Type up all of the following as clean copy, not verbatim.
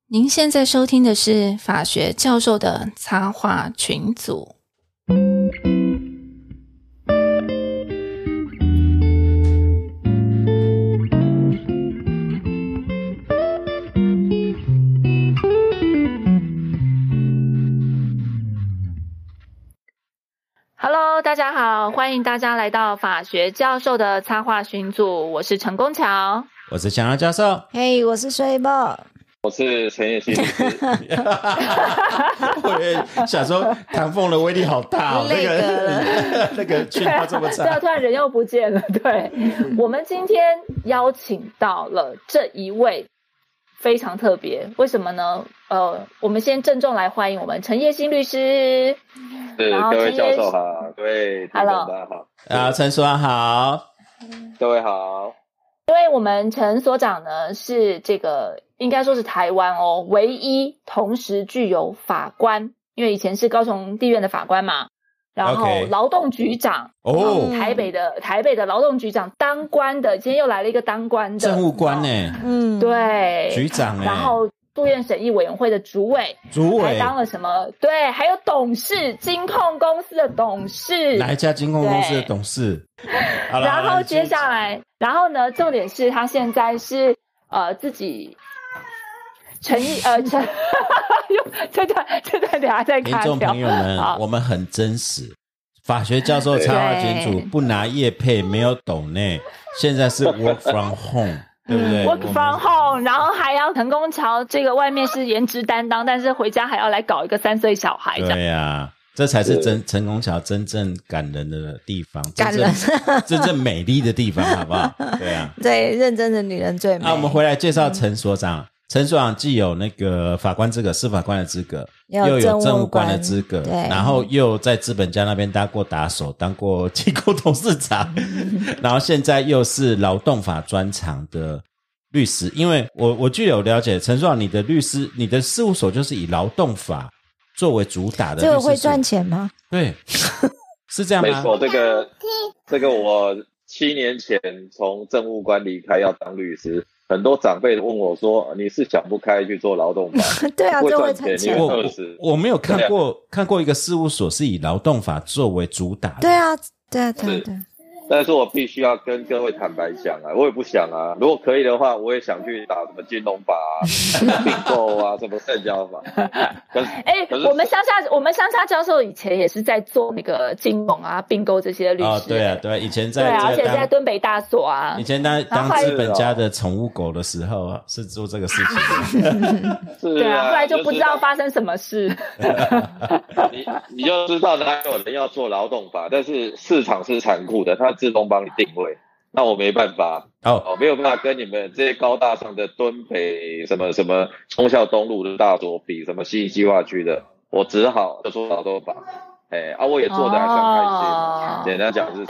您现在收听的是法学教授的插画群组。Hello， 大家好，欢迎大家来到法学教授的插画群组，我是陈功桥， 我是强耀教授， 嘿，我是水宝， 我是陈叶希律师。 我也想说，唐凤的威力好大哦，那个去到这么长， 对，突然人又不见了。对，我们今天邀请到了这一位非常特别，为什么呢？我们先郑重来欢迎我们陈叶新律师。 是，各位教授好，各位听众大家好。 陈所长好， 各位好。 因为我们陈所长呢是这个应该说是台湾唯一同时具有法官，因为以前是高雄地院的法官嘛，然后劳动局长台北的劳动局长当官的，今天又来了一个当官的政务官呢， 对， 局长然后杜院审议委员会的主委还当了什么？对，还有董事，金控公司的董事， 哪一家金控公司的董事？ 然后接下来，然后呢，重点是他现在是自己这段等下再看。 听众朋友们，我们很真实，法学教授插画群组不拿业配，没有抖内，现在是 work from home。对不对 ？Work from home， 然后还要陈功桥这个外面是颜值担当，但是回家还要来搞一个3岁小孩。 对呀，这才是陈功桥真正感人的地方， 感人， 真正美丽的地方，好不好？对啊， 对，认真的女人最美。 我们回来介绍陈所长。陈所长既有那个法官资格、司法官的资格，又有政务官的资格，然后又在资本家那边当过打手，当过机构董事长，然后现在又是劳动法专长的律师。因为我据有了解，陈所长，你的律师，你的事务所就是以劳动法作为主打的律师。 这个会赚钱吗？ 对，是这样吗？ 没错，这个我7年前从政务官离开要当律师。很多长辈问我说：“你是想不开去做劳动法？” 对啊，这会赚钱。 我没有看过一个事务所是以劳动法作为主打的。 对啊。 但是我必须要跟各位坦白讲啊，我也不想啊。如果可以的话，我也想去打什么金融法啊、并购啊、什么证交法。 我们乡下教授以前也是在做那个金融啊、并购这些律师。 对啊，以前在而且在敦北大所啊。 以前当资本家的宠物狗的时候是做这个事情。 对啊，后来就不知道发生什么事。 你就知道哪有人要做劳动法，但是市场是残酷的，它自动帮你定位，那我没办法没有办法跟你们这些高大上的敦北什么忠孝东路的大所比，什么新计划区的，我只好就做劳动法。我也做得还算开心，简单讲是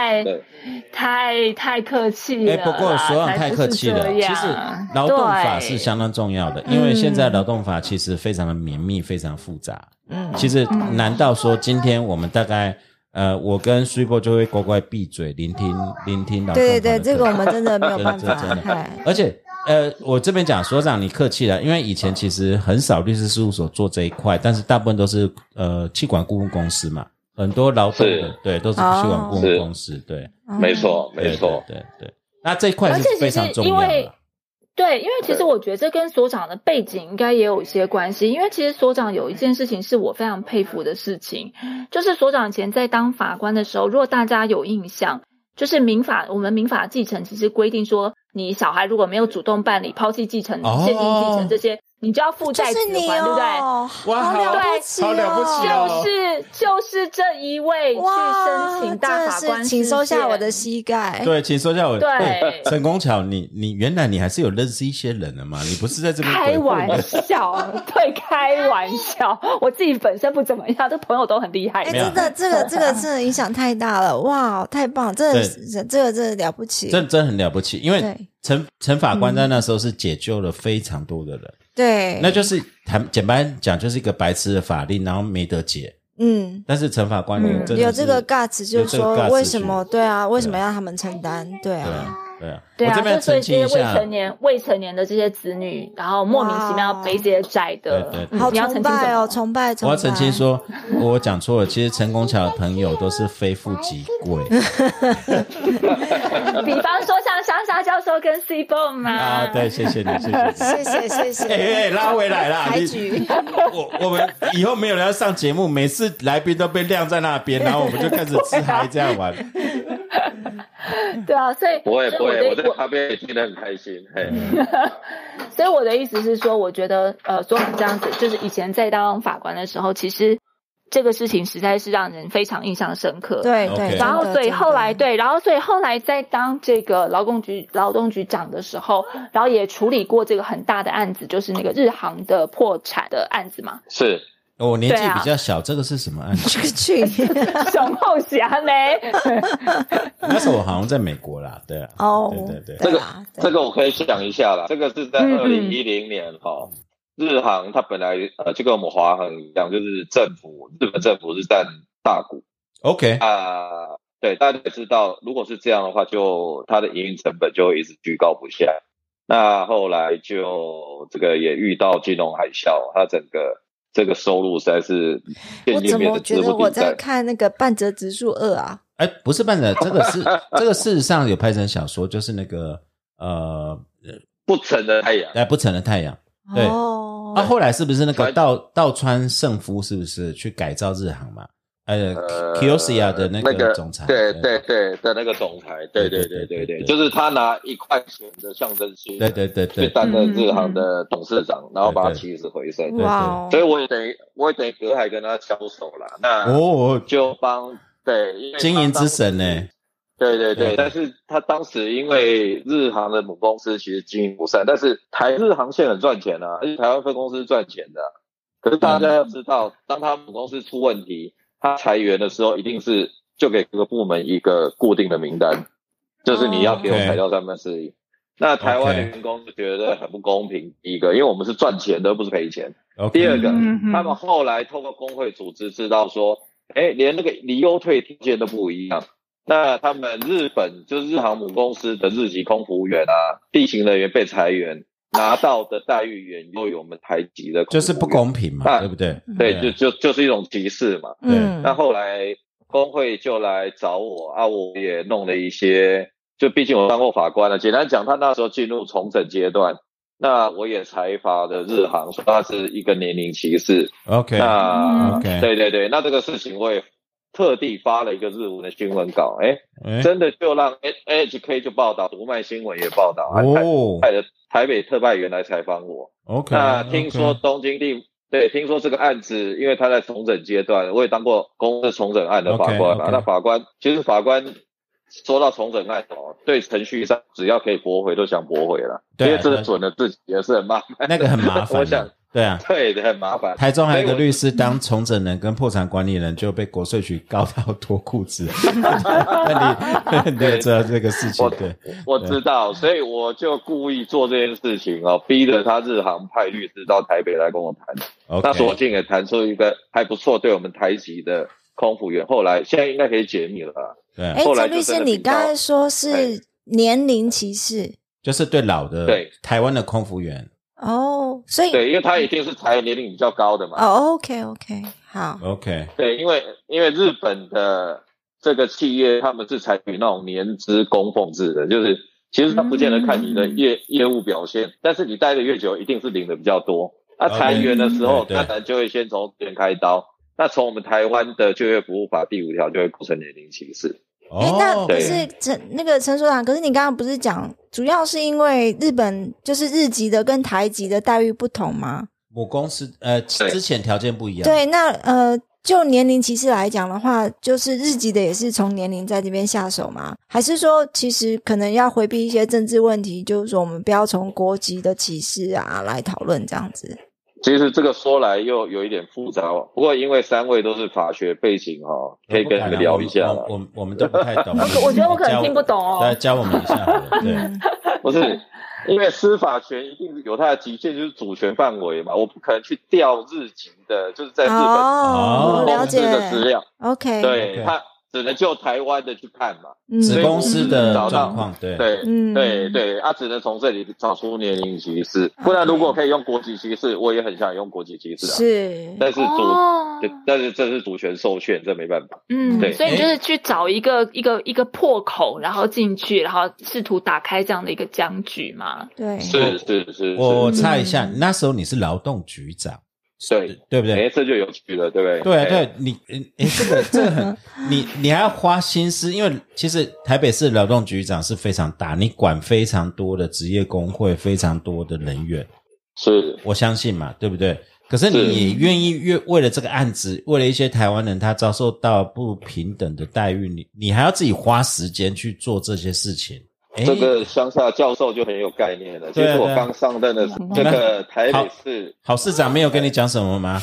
太客气了。 不过所长太客气了。其实劳动法是相当重要的，因为现在劳动法其实非常的绵密，非常复杂。其实难道说今天我们大概我跟 Super 就会乖乖闭嘴聆听劳动法的。 对，这个我们真的没有办法。 而且我这边讲所长你客气了，因为以前其实很少律师事务所做这一块，但是大部分都是企管顾问公司嘛，很多劳动的对都是企管顾问公司。对， 没错。 对，那这一块是非常重要的。 对，因为其实我觉得这跟所长的背景应该也有一些关系，因为其实所长有一件事情是我非常佩服的事情，就是所长以前在当法官的时候，如果大家有印象，就是我们民法继承其实规定说，你小孩如果没有主动办理抛弃继承、现金继承这些，你就要负债子还，对不对？ 哇，好了不起好了不起就是这一位去申请大法官， 请收下我的膝盖。 对，请收下我。 对， 陈功桥，你原来你还是有认识一些人的嘛？你不是在这边开玩笑？对，开玩笑。我自己本身不怎么样，这朋友都很厉害。 真的，这个真的影响太大了，哇，太棒了，这个真的了不起， 真很了不起，因为陈法官在那时候是解救了非常多的人。 对， 那就是简单讲，就是一个白痴的法令，然后没得解。但是陈法官真的有这个 guts， 就是说为什么对啊，为什么要他们承担？对啊， 对啊， 我这边澄清一下， 未成年的这些子女，然后莫名其妙背这些债的， 好崇拜哦，崇拜。 我要澄清说，我讲错了，其实陈功桥的朋友都是非富即贵。 比方说像香沙教授跟 C Bomb 嘛。 啊，对，谢谢你， 谢谢。 拉回来啦， 抬举。 我们以后没有人要上节目，每次来宾都被晾在那边，然后我们就开始自嗨这样玩。 对啊，所以不会，我在旁边也听得很开心。 所以我的意思是说，我觉得所长这样子，就是以前在当法官的时候，其实这个事情实在是让人非常印象深刻。 对， 然后所以后来在当这个劳动局长的时候，然后也处理过这个很大的案子，就是那个日航的破产的案子嘛。 是。 我年纪比较小，这个是什么案子？ 熊后侠呢？ 那时候我好像在美国啦，对啊。对， 这个我可以讲一下啦。这个是在2010年日航它本来就跟我们华航一样，就是日本政府是占大股。 OK 对，大家也知道，如果是这样的话，就它的营运成本就会一直居高不下。那后来就这个也遇到金融海啸，它整个这个收入实在是我怎么觉得我在看那个半泽直树2啊？ 不是半泽，这个事实上有拍成小说，就是那个不沉的太阳。 不沉的太阳。对。后来是不是那个道川胜夫是不是去改造日航嘛？Kyosia 的那个总裁。 对的那个总裁。对，就是他拿1块钱的象征性。 对， 去担任日航的董事长，然后把他起死回生。 哇！ 所以我也等于隔海跟他交手啦。那就帮因为经营之神呢。 对，但是他当时因为日航的母公司其实经营不善，但是日航线很赚钱啊，而且台湾分公司赚钱的。可是大家要知道，当他母公司出问题，他裁员的时候，一定是就给各个部门一个固定的名单，就是你要给我裁掉1/3。那台湾的员工就觉得很不公平。第一个，因为我们是赚钱的，而不是赔钱。第二个，他们后来透过工会组织知道说，连那个离优退条件都不一样。那他们日本就是日航母公司的日籍空服员啊，地勤人员被裁员，拿到的待遇远优于我们台籍的空服员， 就是不公平嘛，对不对？ 对，就是一种歧视嘛。那后来工会就来找我我也弄了一些，就毕竟我当过法官了，简单讲，他那时候进入重整阶段，那我也裁罚的日航说他是一个年龄歧视。 OK， 那对，那这个事情我也特地发了一个日文的新闻稿，真的就让 NHK 就报道，读卖新闻也报道，派了台北特派员来采访我。 OK， 那听说听说这个案子，因为他在重整阶段，我也当过公司重整案的法官嘛。那法官说到重整案对程序上只要可以驳回都想驳回了，因为这准了自己也是很麻烦， 那个很麻烦。 我想。 对，很麻烦。 台中还有一个律师当重整人跟破产管理人，就被国税局告到脱裤子。那你也知道这个事情？对， 我知道，所以我就故意做这件事情逼着他日航派律师到台北来跟我谈。那所幸也谈出一个还不错对我们台籍的空服员，后来现在应该可以解密了吧？ 对。 陈律师，你刚才说是年龄歧视， 就是对老的台湾的空服员。 所以对，因为他一定是裁年龄比较高的嘛。 OK， 好。 OK， 对，因为日本的这个企业他们是采取那种年资供奉制的，就是其实他不见得看你的业务表现，但是你待的越久，一定是领的比较多。裁员的时候，当然就会先从这边开刀。那从我们台湾的就业服务法第5条就会构成年龄歧视。 那可是陈所长，可是你刚刚不是讲主要是因为日本就是日籍的跟台籍的待遇不同吗？ 母公司之前条件不一样。 对，那就年龄歧视来讲的话，就是日籍的也是从年龄在这边下手吗？还是说其实可能要回避一些政治问题，就是说我们不要从国籍的歧视来讨论这样子？ 其实这个说来又有一点复杂，不过因为3位都是法学背景可以跟你们聊一下。 我们都不太懂。 我觉得我可能听不懂对，教我们一下。对， 不是因为司法权一定有它的极限，就是主权范围嘛，我不可能去调日籍的，就是在日本公司的资料。 OK， 对， 只能就台湾的去看嘛， 子公司的状况，对只能从这里找出年龄歧视，不然如果可以用国籍歧视，我也很想用国籍歧视啊。 是， 但是这是主权授权，这没办法。对， 所以你就是去找一个破口，然后进去，然后试图打开这样的一个僵局嘛。 对， 是。 我猜一下，那时候你是劳动局长。对不对？ 这就有趣了，对不对？ 对，你这个很，你还要花心思，因为其实台北市劳动局长是非常大，你管非常多的职业工会，非常多的人员， 是我相信嘛，对不对？可是你也愿意为了这个案子，为了一些台湾人他遭受到不平等的待遇，你还要自己花时间去做这些事情。 这个乡下教授就很有概念了。其实我刚上任的这个台北市郝市长没有跟你讲什么吗？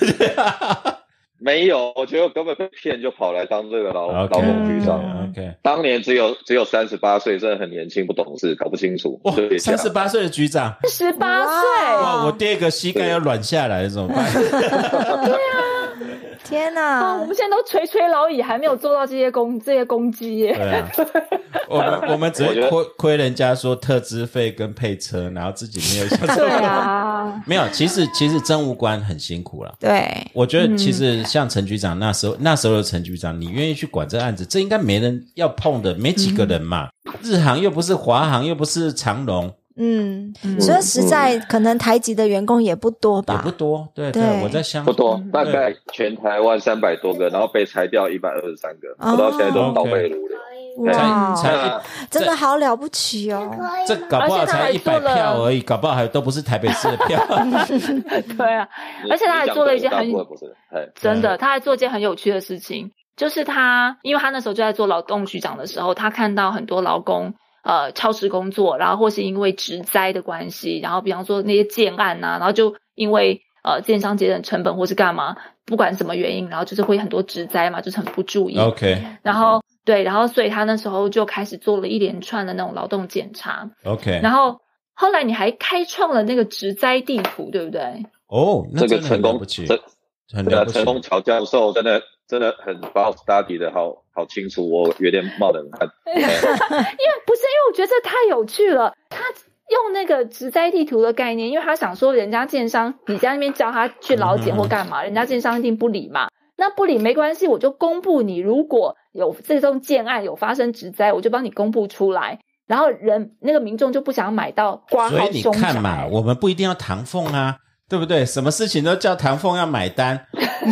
没有，我觉得我根本被骗就跑来当这个劳动局长。 Okay. 当年只有38岁，真的很年轻，不懂事，搞不清楚。 哇，38岁的局长 ，18岁， 哇，我第二个膝盖要软下来了，怎么办？ 对啊。 天哪！ 我们现在都垂垂老矣，还没有做到这些功绩耶。 对啊，我们只会亏人家说特资费跟配车，然后自己没有想。 对啊， 没有。其实政务官很辛苦啦。 对， 我觉得其实像陈局长那时候的陈局长，你愿意去管这个案子，这应该没人要碰的，没几个人嘛。日航又不是华航，又不是长荣。 所以实在可能台籍的员工也不多吧， 也不多，对，我在想不多，大概全台湾300多个，然后被裁掉123个，我到现在都倒背如流。 哇，真的好了不起哦！ 这搞不好才100票而已，搞不好还都不是台北市的票。 对啊，而且他还做了一件真的，他还做一件很有趣的事情，就是因为他那时候就在做劳动局长的时候，他看到很多劳工超时工作，然后或是因为职灾的关系，然后比方说那些建案啊，然后就因为建商节省成本或是干嘛，不管什么原因，然后就是会很多职灾嘛，就是很不注意。 OK， 然后所以他那时候就开始做了一连串的那种劳动检查。 OK， 然后后来你还开创了那个职灾地图，对不对？ 哦，那这个成功， 很了不起。 陈功乔教授真的很把我 study 的好清楚，我有点冒冷汗。 因为我觉得这太有趣了，他用那个职灾地图的概念，因为他想说人家建商你在那边叫他去劳检或干嘛，人家建商一定不理嘛，那不理没关系，我就公布你如果有这种建案有发生职灾，我就帮你公布出来，然后那个民众就不想买到挂号凶宅。 所以你看嘛，我们不一定要唐凤啊，对不对？什么事情都叫唐凤要买单。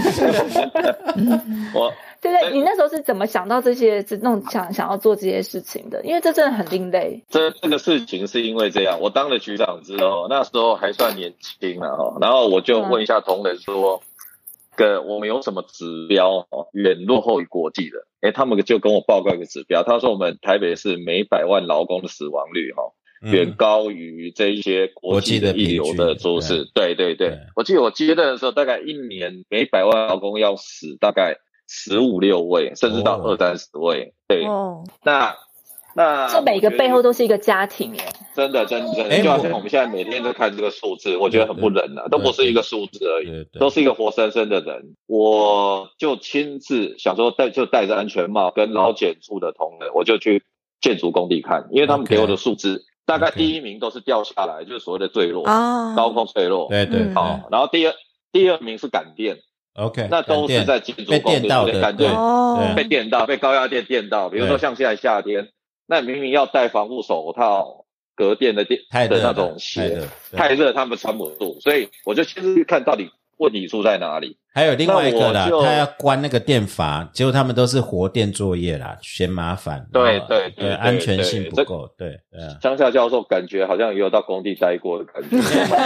对，你那时候是怎么想到这些那种想要做这些事情的？因为这真的很另类。 这个事情是因为这样，我当了局长之后，那时候还算年轻啊，然后我就问一下同仁说，我们有什么指标远落后于国际的？他们就跟我报告一个指标，他说我们台北市每100万劳工的死亡率远高于这一些国际的一流的都市。对，我记得我接任的时候，大概一年每100万劳工要死大概15、16位，甚至到20-30位。对，那这每个背后都是一个家庭耶。 真的，就好像我们现在每天在看这个数字，我觉得很不忍啊，都不是一个数字而已，都是一个活生生的人。我就亲自想说就戴着安全帽跟劳检处的同仁，我就去建筑工地看，因为他们给我的数字大概第一名都是掉下来，就是所谓的坠落，高空坠落。 对， 然后第二名是感电。 OK， 那都是在建筑工地感电被电到，被高压电电到。比如说像现在夏天，那明明要戴防护手套、隔电的那种鞋，太热他们穿不住，所以我就先去看到底问题出在哪里。 还有另外一个啦，他要关那个电阀，结果他们都是活电作业啦，嫌麻烦。 对， 安全性不够。对， 乡下教授感觉好像也有到工地待过的感觉。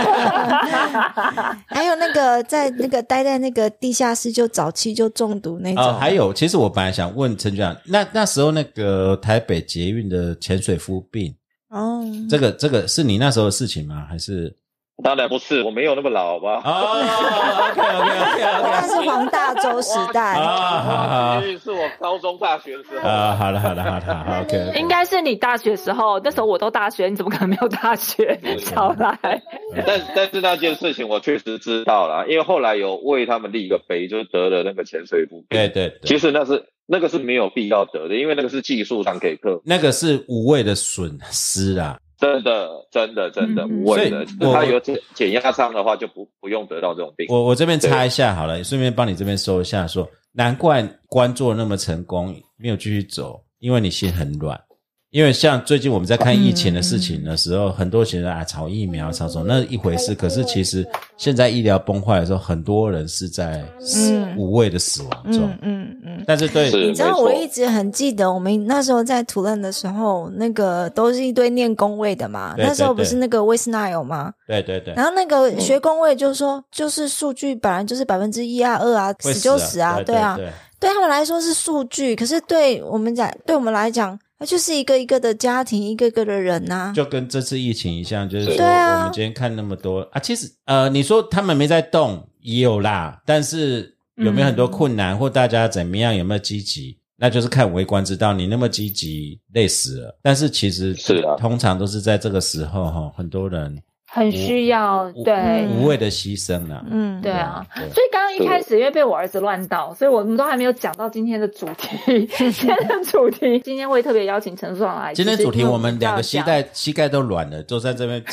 还有那个在那个待在那个地下室就早期就中毒那种。 还有，其实我本来想问陈局长，那时候那个台北捷运的潜水夫病，这个是你那时候的事情吗？还是？ 当然不是，我没有那么老吧。 OK， 那是黄大洲时代是我高中大学的时候。 好了 OK， 应该是你大学时候，那时候我都大学，你怎么可能没有大学？小来。 但是那件事情我确实知道啦，因为后来有为他们立一个碑，就是得了那个潜水夫。 对， 其实那个是没有必要得的，因为那个是技术上给克， 那个是无谓的损失啦。 真的无谓的，他有减压伤的话就不用得到这种病。 我这边插一下好了，顺便帮你这边说一下，说难怪关做那么成功，没有继续走，因为你心很软。因为像最近我们在看疫情的事情的时候，很多学生炒疫苗炒什么那一回事，可是其实现在医疗崩坏的时候，很多人是在无谓的死亡中。但是对， 你知道我一直很记得我们那时候在图论的时候，那个都是一堆念公卫的嘛，那时候不是那个威斯奈尔吗？ 对， 然后那个学公卫就说，就是数据本来就是1%啊2%啊，死就死啊，对啊，对他们来说是数据，可是对我们来讲。它就是一个一个的家庭，一个个的人啊， 就跟这次疫情一样，就是说我们今天看那么多啊，其实你说他们没在动也有啦，但是有没有很多困难或大家怎么样有没有积极，那就是看微观知道你那么积极累死了，但是其实通常都是在这个时候很多人很需要对无谓的牺牲啊。 对啊，所以刚刚一开始因为被我儿子乱到，所以我们都还没有讲到今天的主题。今天会特别邀请陈所长来。 今天主题我们两个膝盖都软了，都在这边。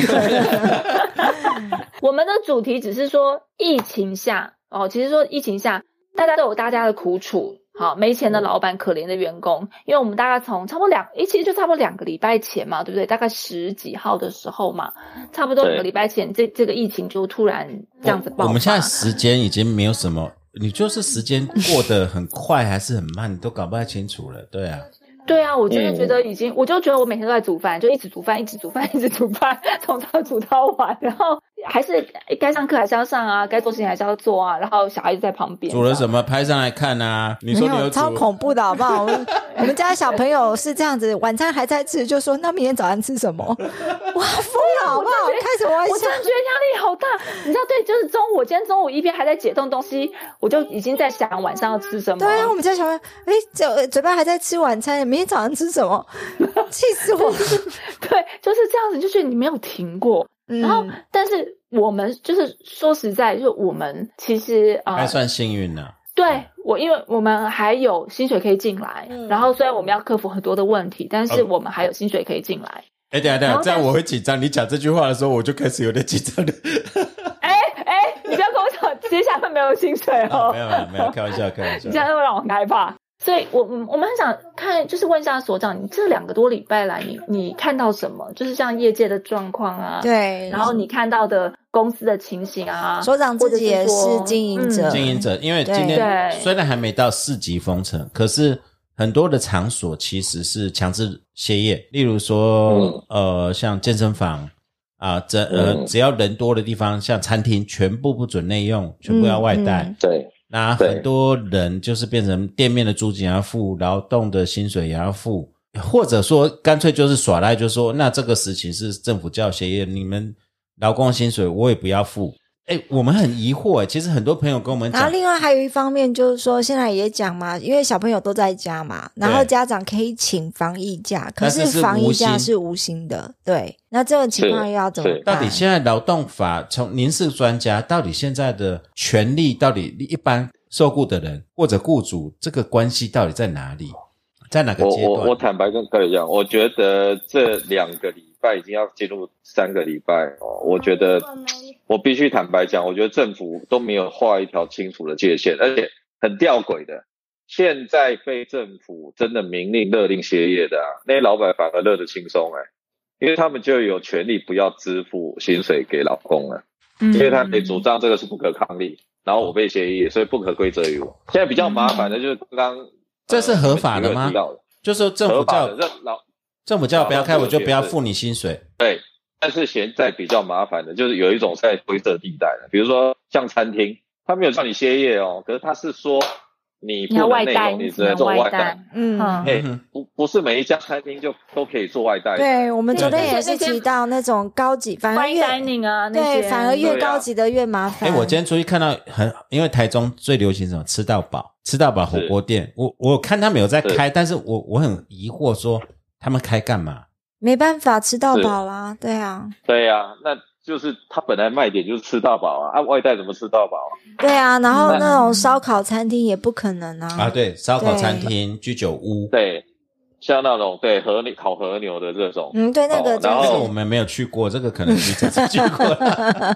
我们的主题只是说疫情下其实说疫情下大家都有大家的苦楚。好，没钱的老板，可怜的员工，因为我们大概从差不多其实就差不多2个礼拜前嘛，对不对？大概10几号的时候嘛，差不多2个礼拜前，这个疫情就突然这样子爆发。 我们现在时间已经没有什么，你就是时间过得很快还是很慢，你都搞不太清楚了，对啊。 对啊，我真的觉得我就觉得我每天都在煮饭，就一直煮饭，从早煮到晚，然后还是该上课还是要上啊，该做事情还是要做啊，然后小孩子在旁边。 煮了什么拍上来看啊？你说你有煮？ 超恐怖的好不好？我们家小朋友是这样子，晚餐还在吃，就说那明天早上吃什么？哇，疯了好不好？开什么玩笑？ 我真的觉得压力好大，你知道，对，就是我今天中午一边还在解冻东西，我就已经在想晚上要吃什么。 对啊，我们家小朋友嘴巴还在吃晚餐，明天早上吃什么？气死我！ 对，就是这样子，就觉得你没有停过。然后，但是我们就是说实在，就是我们其实还算幸运呢。 对，因为我们还有薪水可以进来，然后虽然我们要克服很多的问题，但是我们还有薪水可以进来。 等一下，这样我会紧张。你讲这句话的时候，我就开始有点紧张了。 你不要跟我讲，接下来没有薪水哦。 没有，开玩笑。 你这样会让我很害怕。所以我们很想看，就是问一下所长，你这2个多礼拜来，你看到什么？就是像业界的状况啊， 对， 然后你看到的公司的情形啊。 所长自己也是经营者， 因为今天虽然还没到4级封城，可是很多的场所其实是强制歇业，例如说像健身房啊，只要人多的地方，像餐厅全部不准内用，全部要外带。 对。 那很多人就是变成店面的租金也要付，劳动的薪水也要付，或者说干脆就是耍赖，就说那这个事情是政府叫歇业，你们劳工薪水我也不要付。我们很疑惑其实很多朋友跟我们讲， 然后另外还有一方面就是说，现在也讲嘛，因为小朋友都在家嘛，然后家长可以请防疫假，可是防疫假是无薪的，对。那这种情况又要怎么办？ 到底现在劳动法，从您是专家，到底现在的权利，到底一般受雇的人或者雇主这个关系到底在哪里，在哪个阶段？ 我坦白跟各位讲，我觉得这2个礼拜已经要进入3个礼拜我觉得我必须坦白讲，我觉得政府都没有画一条清楚的界限，而且很吊诡的，现在非政府真的明令勒令歇业的那些老板反而乐得轻松因为他们就有权利不要支付薪水给劳工了，因为他可以主张这个是不可抗力，然后我被歇业，所以不可归责于我。现在比较麻烦的就是刚刚这是合法的吗？就是说政府叫不要开，我就不要付你薪水。 对，但是现在比较麻烦的就是有一种在灰色地带的，比如说像餐厅，他没有叫你歇业可是他是说你不能内容，你只能做外带。不是每一家餐厅就都可以做外带。 对，我们昨天也是提到那种高级，反而越 dining 啊， 对，反而越高级的越麻烦。 我今天出去看到因为台中最流行什么吃到饱火锅店，我看他们有在开，但是我很疑惑说他们开干嘛？ 没办法吃到饱啦，对啊， 那就是他本来卖点就是吃到饱啊，外带怎么吃到饱啊？ 对啊，然后那种烧烤餐厅也不可能啊。 对，烧烤餐厅、居酒屋， 对，像那种烤和牛的这种， 对，那个然后我们没有去过，这个可能你这次去过了。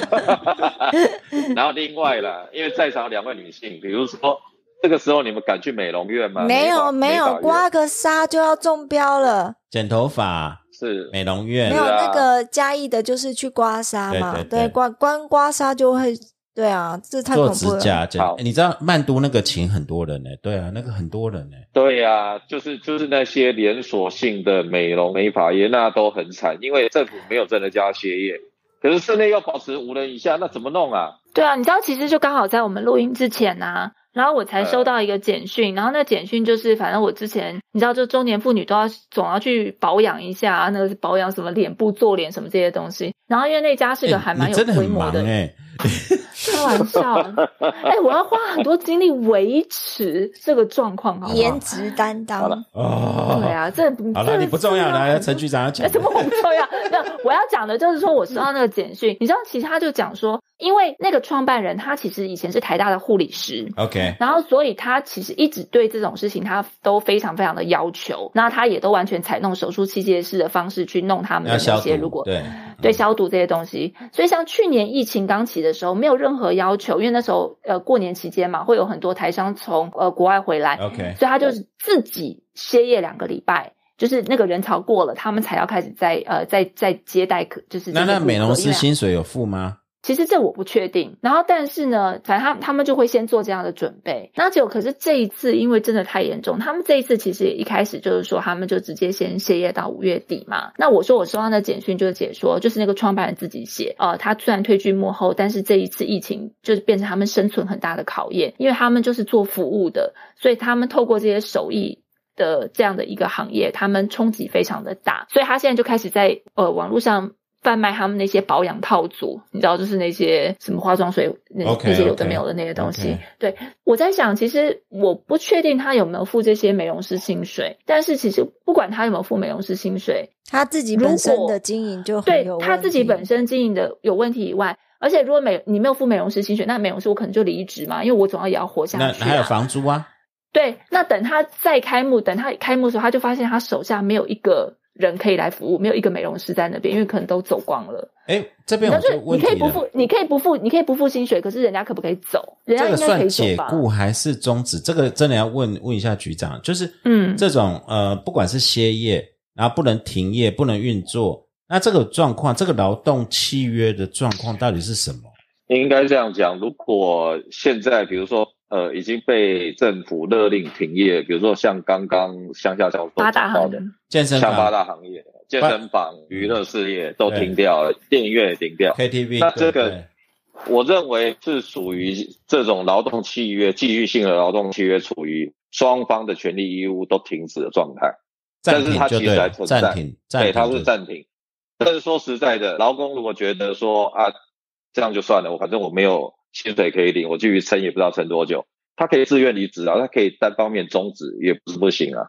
然后另外啦，因为在场2位女性，比如说这个时候你们敢去美容院吗？ 没有，刮个痧就要中标了。 剪头发是美容院， 没有那个嘉义的，就是去刮痧嘛。对，光刮痧就会，对啊，这太恐怖了。做指甲， 你知道曼都那个请很多人呢？对啊，那个很多人呢。 对啊，就是那些连锁性的美容美发业，那都很惨，因为政府没有真的加歇业。可是室内要保持5人以下，那怎么弄啊？ 对啊，你知道其实就刚好在我们录音之前啊，然后我才收到一个简讯，然后那简讯就是反正我之前你知道就中年妇女总要去保养一下啊，那个保养什么脸部做脸什么这些东西，然后因为那家是个还蛮有规模的，开玩笑，我要花很多精力维持这个状况，好不好？ 颜值担当对啊，这好了，你不重要，来陈局长要讲， 什么不重要？那我要讲的就是说，我收到那个简讯，你知道，其实他就讲说，因为那个创办人他其实以前是台大的护理师 ，OK， 然后所以他其实一直对这种事情他都非常非常的要求，那他也都完全采用手术器械式的方式去弄他们的那些，如果对消毒这些东西，所以像去年疫情刚起的时候，没有任何要求，因为那时候过年期间嘛，会有很多台商从国外回来 ，OK， 所以他就是自己歇业2个礼拜。就是那个人潮过了，他们才要开始在接待，就是那美容师薪水有付吗？ 其实这我不确定。然后但是呢，反正他们就会先做这样的准备。那结果可是这一次因为真的太严重，他们这一次其实也一开始就是说他们就直接先歇业到5月底嘛。那我说我收到那简讯就是解说，就是那个创办人自己写，他虽然退居幕后，但是这一次疫情就是变成他们生存很大的考验，因为他们就是做服务的，所以他们透过这些手艺的这样的一个行业，他们冲击非常的大，所以他现在就开始在网络上贩卖他们那些保养套组，你知道就是那些什么化妆水那些有的没有的那些东西。对，我在想其实我不确定他有没有付这些美容师薪水，但是其实不管他有没有付美容师薪水， 他自己本身的经营就很有问题， 对他自己本身经营的有问题以外，而且如果你没有付美容师薪水，那美容师我可能就离职嘛，因为我总要也要活下去， 那还有房租啊。 对，那等他开幕的时候，他就发现他手下没有一个人可以来服务，没有一个美容师在那边，因为可能都走光了。 这边我就问题了， 你可以不付薪水，可是人家可不可以走？人家应该可以走吧？ 这个算解雇还是终止？这个真的要问一下局长，就是这种不管是歇业，然后不能停业，不能运作，那这个状况，这个劳动契约的状况到底是什么？ 应该这样讲，如果现在比如说已经被政府勒令停业，比如说像刚刚乡下教授讲到的健身房， 像8大行业，健身房、娱乐事业都停掉了，电影院也停掉 ，KTV， 那这个我认为是属于这种劳动契约，继续性的劳动契约处于双方的权利义务都停止的状态，但是它其实还存在，对，它是暂停。但是说实在的，劳工如果觉得说这样就算了，反正我没有薪水可以领，我继续撑也不知道撑多久，他可以自愿离职啊，他可以单方面终止，也不是不行啊。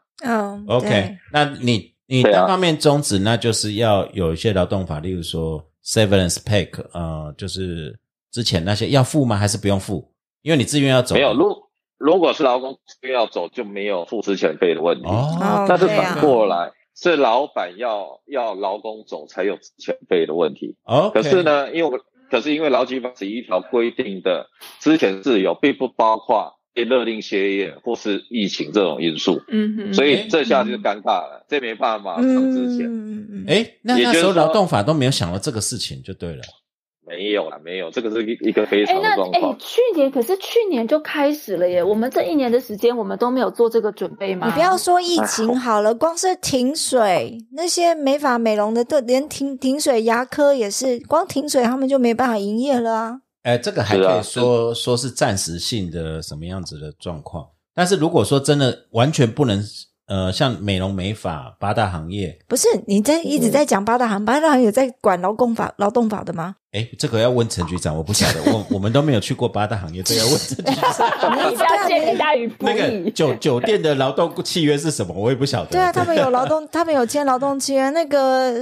OK， 那你单方面终止，那就是要有一些劳动法，例如说 severance pay， 就是之前那些要付吗？还是不用付？因为你自愿要走。没有， 如果是劳工自愿要走，就没有付之前费的问题。那是反过来。是老板要劳工走才有之前费的问题。可是呢，因为劳基法11条规定的之前自由，并不包括被勒令歇业或是疫情这种因素。所以这下就尴尬了，这没办法上之前。 那时候劳动法都没有想到这个事情就对了。 没有，这个是一个非常的状况。 去年就开始了耶，我们这1年的时间我们都没有做这个准备吗？ 你不要说疫情好了，光是停水，那些美发美容的连停水牙科也是，光停水他们就没办法营业了啊。 这个还可以说是暂时性的什么样子的状况，但是如果说真的完全不能像美容美发八大行业， 不是你一直在讲八大行，八大行有在管劳动法的吗？ 这个要问陈局长，我不晓得，我们都没有去过八大行业，这个要问陈局长。 你不要借你大于不义。 那个酒店的劳动契约是什么？我也不晓得。 对啊，他们有签劳动契约，那个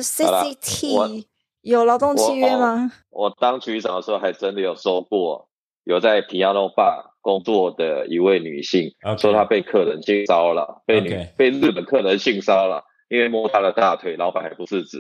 CCT 有劳动契约吗？ 我当局长的时候还真的有收过，有在 Piano Bar 工作的一位女性，说她被客人性骚扰，被日本客人性骚扰，因为摸她的大腿，老板还不制止。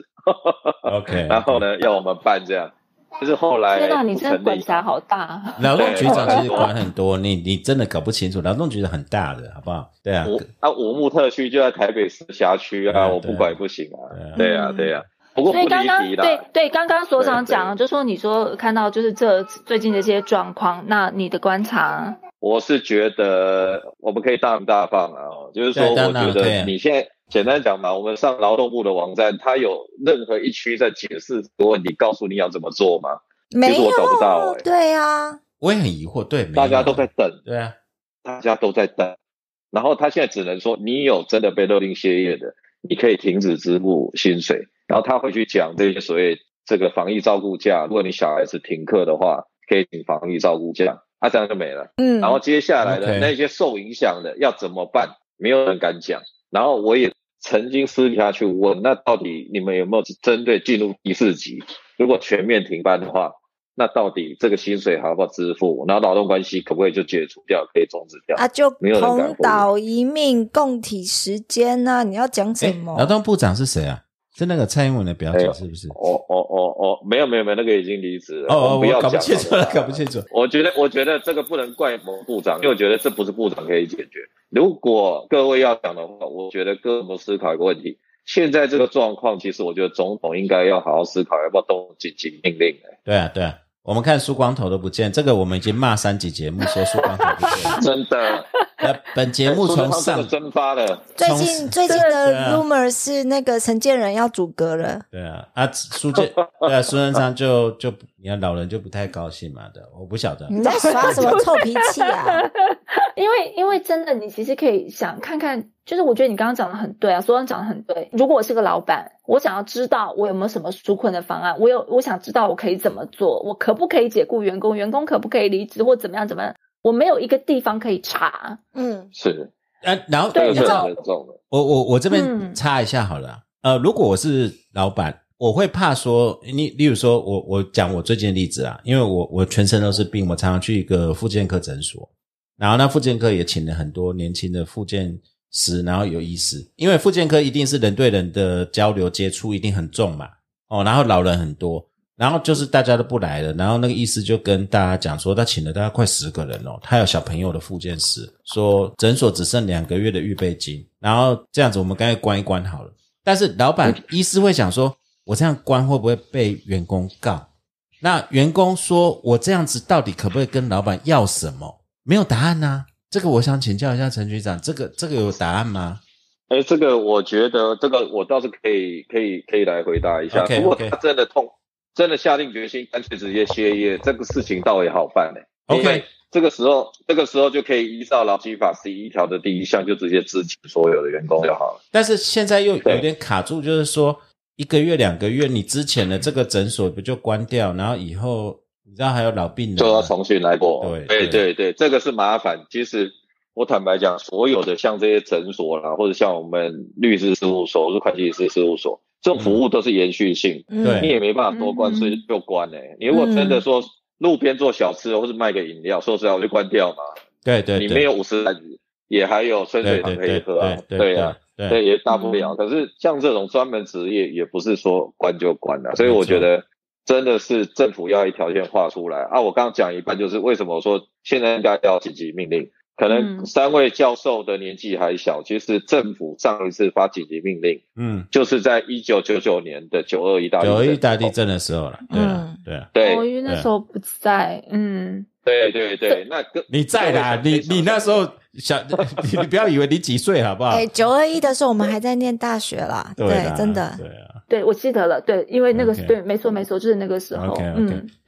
OK， 然后呢，要我们办这样。就是后来， 天哪，你真的管辖好大。 劳动局长其实管很多，你真的搞不清楚，劳动局长很大的，好不好？对啊， 武木特区就在台北市辖区啊，我不管也不行啊。对啊。不过不离题啦。 对，刚刚所长讲，就说你说看到就是最近的这些状况，那你的观察？ 我是觉得我们可以大大放啊，就是说，我觉得你现在。简单讲嘛，我们上劳动部的网站，它有任何一区在解释这个问题，告诉你要怎么做吗？ 没有， 其实我找不到对啊， 我也很疑惑，对， 大家都在等， 对啊， 大家都在等。然后他现在只能说，你有真的被勒令歇业的，你可以停止支付薪水。然后他会去讲这些所谓这个防疫照顾假，如果你小孩子停课的话，可以请防疫照顾假，这样就没了。然后接下来的那些受影响的要怎么办？没有人敢讲。然后我也曾经私底下去问，那到底你们有没有针对进入第4级，如果全面停班的话，那到底这个薪水好不好支付？然后劳动关系可不可以就解除掉，可以终止掉？ 就同岛一命，共体时艰啊！你要讲什么？ 劳动部长是谁啊？是那个蔡英文的表姐是不是？ 没有，那个已经离职了。 我不要讲了，搞不清楚。 我觉得这个不能怪某部长，因为我觉得这不是部长可以解决。如果各位要讲的话，我觉得各位有思考一个问题。现在这个状况，其实我觉得总统应该要好好思考，要不要动紧急命令。 对啊，我们看梳光头都不见，这个我们已经骂3集节目说梳光头不见， 真的。 本节目从上蒸發了。 最近的 rumor 是那个陈建仁要组阁了。 对啊，苏贞昌就你看老人就不太高兴嘛的，我不晓得你在耍什么臭脾气啊？ 因为真的，你其实可以想看看，就是我觉得你刚刚讲的很对啊，所长讲的很对。如果我是个老板，我想要知道我有没有什么纾困的方案，我想知道我可以怎么做，我可不可以解雇员工，员工可不可以离职或怎么样，我没有一个地方可以查。 是。 然后对， 我这边插一下好了。如果我是老板，我会怕说，例如说我讲我最近的例子啊，因为我全身都是病，我常常去一个复健科诊所，然后那复健科也请了很多年轻的复健师，然后有医师，因为复健科一定是人对人的交流接触一定很重嘛，然后老人很多。然后就是大家都不来了，然后那个医师就跟大家讲说，他请了大概快10个人他有小朋友的复健师，说诊所只剩2个月的预备金，然后这样子我们赶快关一关好了。但是老板医师会想说，我这样关会不会被员工告？那员工说我这样子到底可不可以跟老板要什么？没有答案啊。这个我想请教一下陈局长，这个有答案吗？ 这个我觉得这个我倒是可以来回答一下。如果他真的下定决心，干脆直接歇业，这个事情倒也好办 OK， 这个时候就可以依照劳基法11条的第1项，就直接资遣所有的员工就好了。 但是现在又有点卡住，就是说1个月2个月，你之前的这个诊所不就关掉，然后以后你知道还有老病人就要重新来过。对，这个是麻烦。其实我坦白讲，所有的像这些诊所啦，或者像我们律师事务所或者会计师事务所，这种服务都是延续性，你也没办法多关，所以就关你如果真的说路边做小吃或是卖个饮料，说实在我就关掉嘛。 对， 你没有50人也还有深水堂可以喝啊。对啊，也大不了。可是像这种专门职业也不是说关就关了，所以我觉得真的是政府要一条线画出来我刚刚讲一半，就是为什么我说现在应该要紧急命令。可能3位教授的年纪还小，其实政府上一次发紧急命令就是在1999年的921大地震 921大地震的时候了。 对， 我因为那时候不在。 对，那你在啦，你那时候你不要以为你几岁好不好 ？921的时候我们还在念大学啦。对，真的。 对，我记得了。对，因为那个对，没错，就是那个时候。 OK。 对，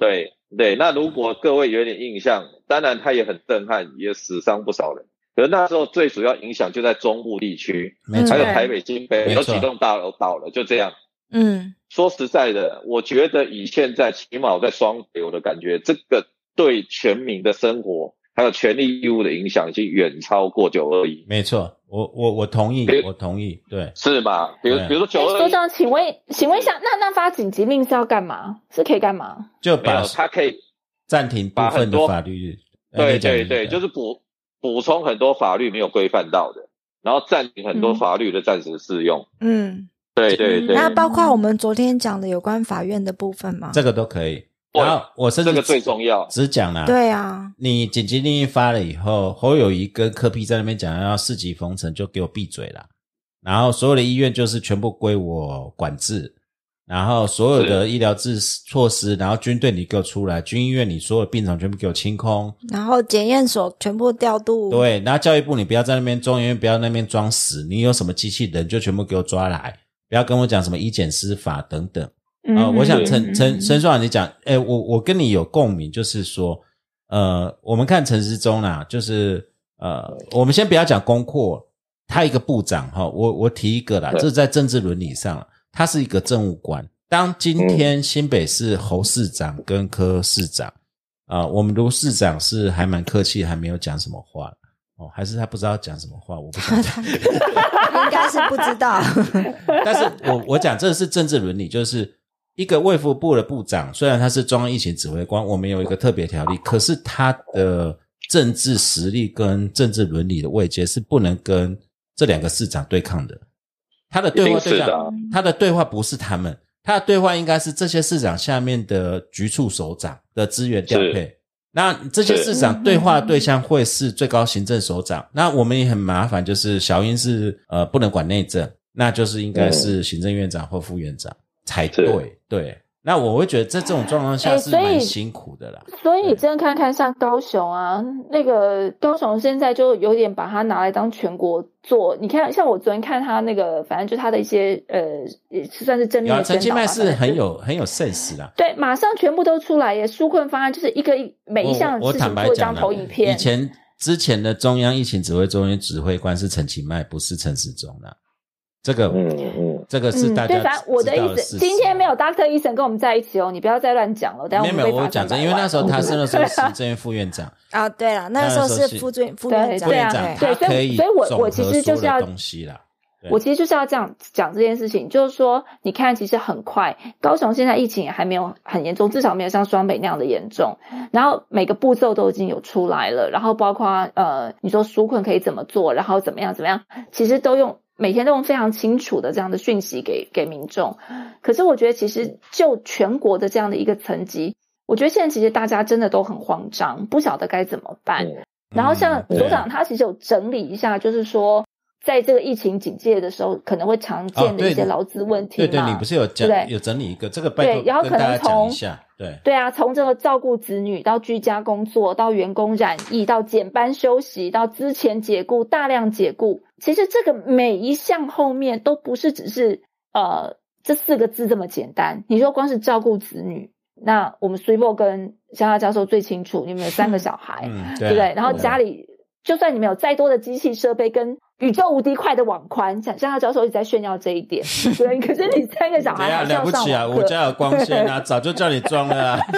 对，那如果各位有点印象，当然它也很震撼，也死伤不少人。可是那时候最主要影响就在中部地区，还有台北、新北有几栋大楼倒了，就这样。说实在的，我觉得以现在起码我在双北，我的感觉，这个对全民的生活还有权利义务的影响已经远超过921。 没错，我同意，我同意，对， 是吧？比如说921。 所长，请问一下，那发紧急令是要干嘛？是可以干嘛？ 就把它可以暂停部分的法律， 对，就是补充很多法律没有规范到的，然后暂停很多法律的暂时适用。对。 那包括我们昨天讲的有关法院的部分吗？ 这个都可以。然后我甚至这个最重要， 只讲啦。 对啊， 你紧急令一发了以后，侯友宜跟柯 P 在那边讲要4级封城，就给我闭嘴啦。然后所有的医院就是全部归我管制，然后所有的医疗措施，然后军队你给我出来，军医院你所有的病床全部给我清空， 然后检验所全部调度。 对，然后教育部你不要在那边，中研院不要在那边装死，你有什么机器人就全部给我抓来，不要跟我讲什么医检司法等等。我想陈书长你讲，我跟你有共鸣，就是说，我们看陈时中啦，就是我们先不要讲功课，他一个部长哈，我提一个啦，这是在政治伦理上，他是一个政务官。当今天新北市侯市长跟柯市长，我们卢市长是还蛮客气，还没有讲什么话。还是他不知道讲什么话，我不晓得。 应该是不知道。 但是我讲这是政治伦理，就是一个卫福部的部长，虽然他是中央疫情指挥官，我们有一个特别条例，可是他的政治实力跟政治伦理的位阶是不能跟这两个市长对抗的。他的对话对象，他的对话不是他们，他的对话应该是这些市长下面的局处首长的资源调配。那这些市长对话的对象会是最高行政首长，那我们也很麻烦，就是小英是不能管内政，那就是应该是行政院长或副院长才对。对，那我会觉得在这种状况下是蛮辛苦的啦。 所以你真的看像高雄啊，那个高雄现在就有点把它拿来当全国做。你看，像我昨天看他那个，反正就他的一些也算是正面的宣导。陈其迈是很有sense 啦。 对，马上全部都出来耶！纾困方案就是每一项事情做一张投影片。 之前的中央疫情指挥中心指挥官是陈其迈，不是陈时中啦。这个这个是大家知道的事情。对，反正我的意思， 今天没有 Dr. 医生跟我们在一起哦，你不要再乱讲了。等下没有，我讲真，因为那时候他是那时候行政院副院长啊，对了，那时候是副院长， 对啊，对，所以我其实就是要东西啦。我其实就是要这样讲这件事情，就是说，你看，其实很快，高雄现在疫情也还没有很严重，至少没有像双北那样的严重。然后每个步骤都已经有出来了，然后包括你说纾困可以怎么做，然后怎么样，其实每天都用非常清楚的这样的讯息给民众。可是我觉得其实就全国的这样的一个层级，我觉得现在其实大家真的都很慌张，不晓得该怎么办。然后像所长他其实有整理一下，就是说在这个疫情警戒的时候可能会常见的一些劳资问题嘛。 对，你不是有整理一个这个，拜托跟大家讲一下。 对啊，从这个照顾子女到居家工作，到员工染疫，到减班休息，到资遣解雇、大量解雇，其实这个每一项后面都不是只是这4个字这么简单。你说光是照顾子女，那我们 Sribo 跟香夏教授最清楚，你们有3个小孩，对不对？然后家里就算你们有再多的机器设备跟宇宙无敌快的网宽，香夏教授一直在炫耀这一点。对，可是你3个小孩还是要上网课。了不起啊，我家有光纤啊，早就叫你装了啊。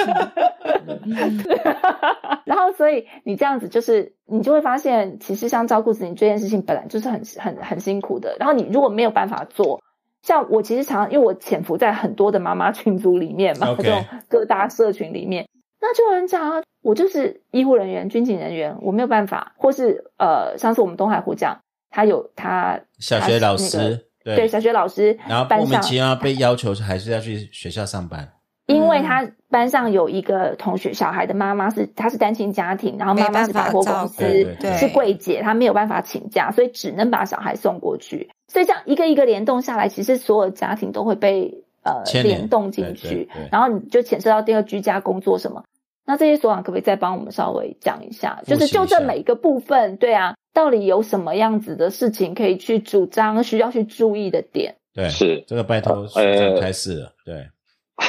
然后所以你这样子就是你就会发现，其实像照顾子女这件事情本来就是很辛苦的。然后你如果没有办法做，像我其实常因为我潜伏在很多的妈妈群组里面嘛，这种各大社群里面，那就有人讲啊，我就是医护人员、军警人员，我没有办法。或是上次我们东海湖讲，他小学老师， 对小学老师， 然后莫名其妙被要求还是要去学校上班。 因为他班上有一个同学小孩的妈妈他是单亲家庭，然后妈妈是百货公司是柜姐，他没有办法请假，所以只能把小孩送过去。所以这样一个一个联动下来，其实所有家庭都会被联动进去，然后你就牵涉到第二居家工作什么。那这些所长可不可以再帮我们稍微讲一下，就是就这每个部分，对啊，到底有什么样子的事情可以去主张需要去注意的点？ 对，是这个拜托所长开始了。对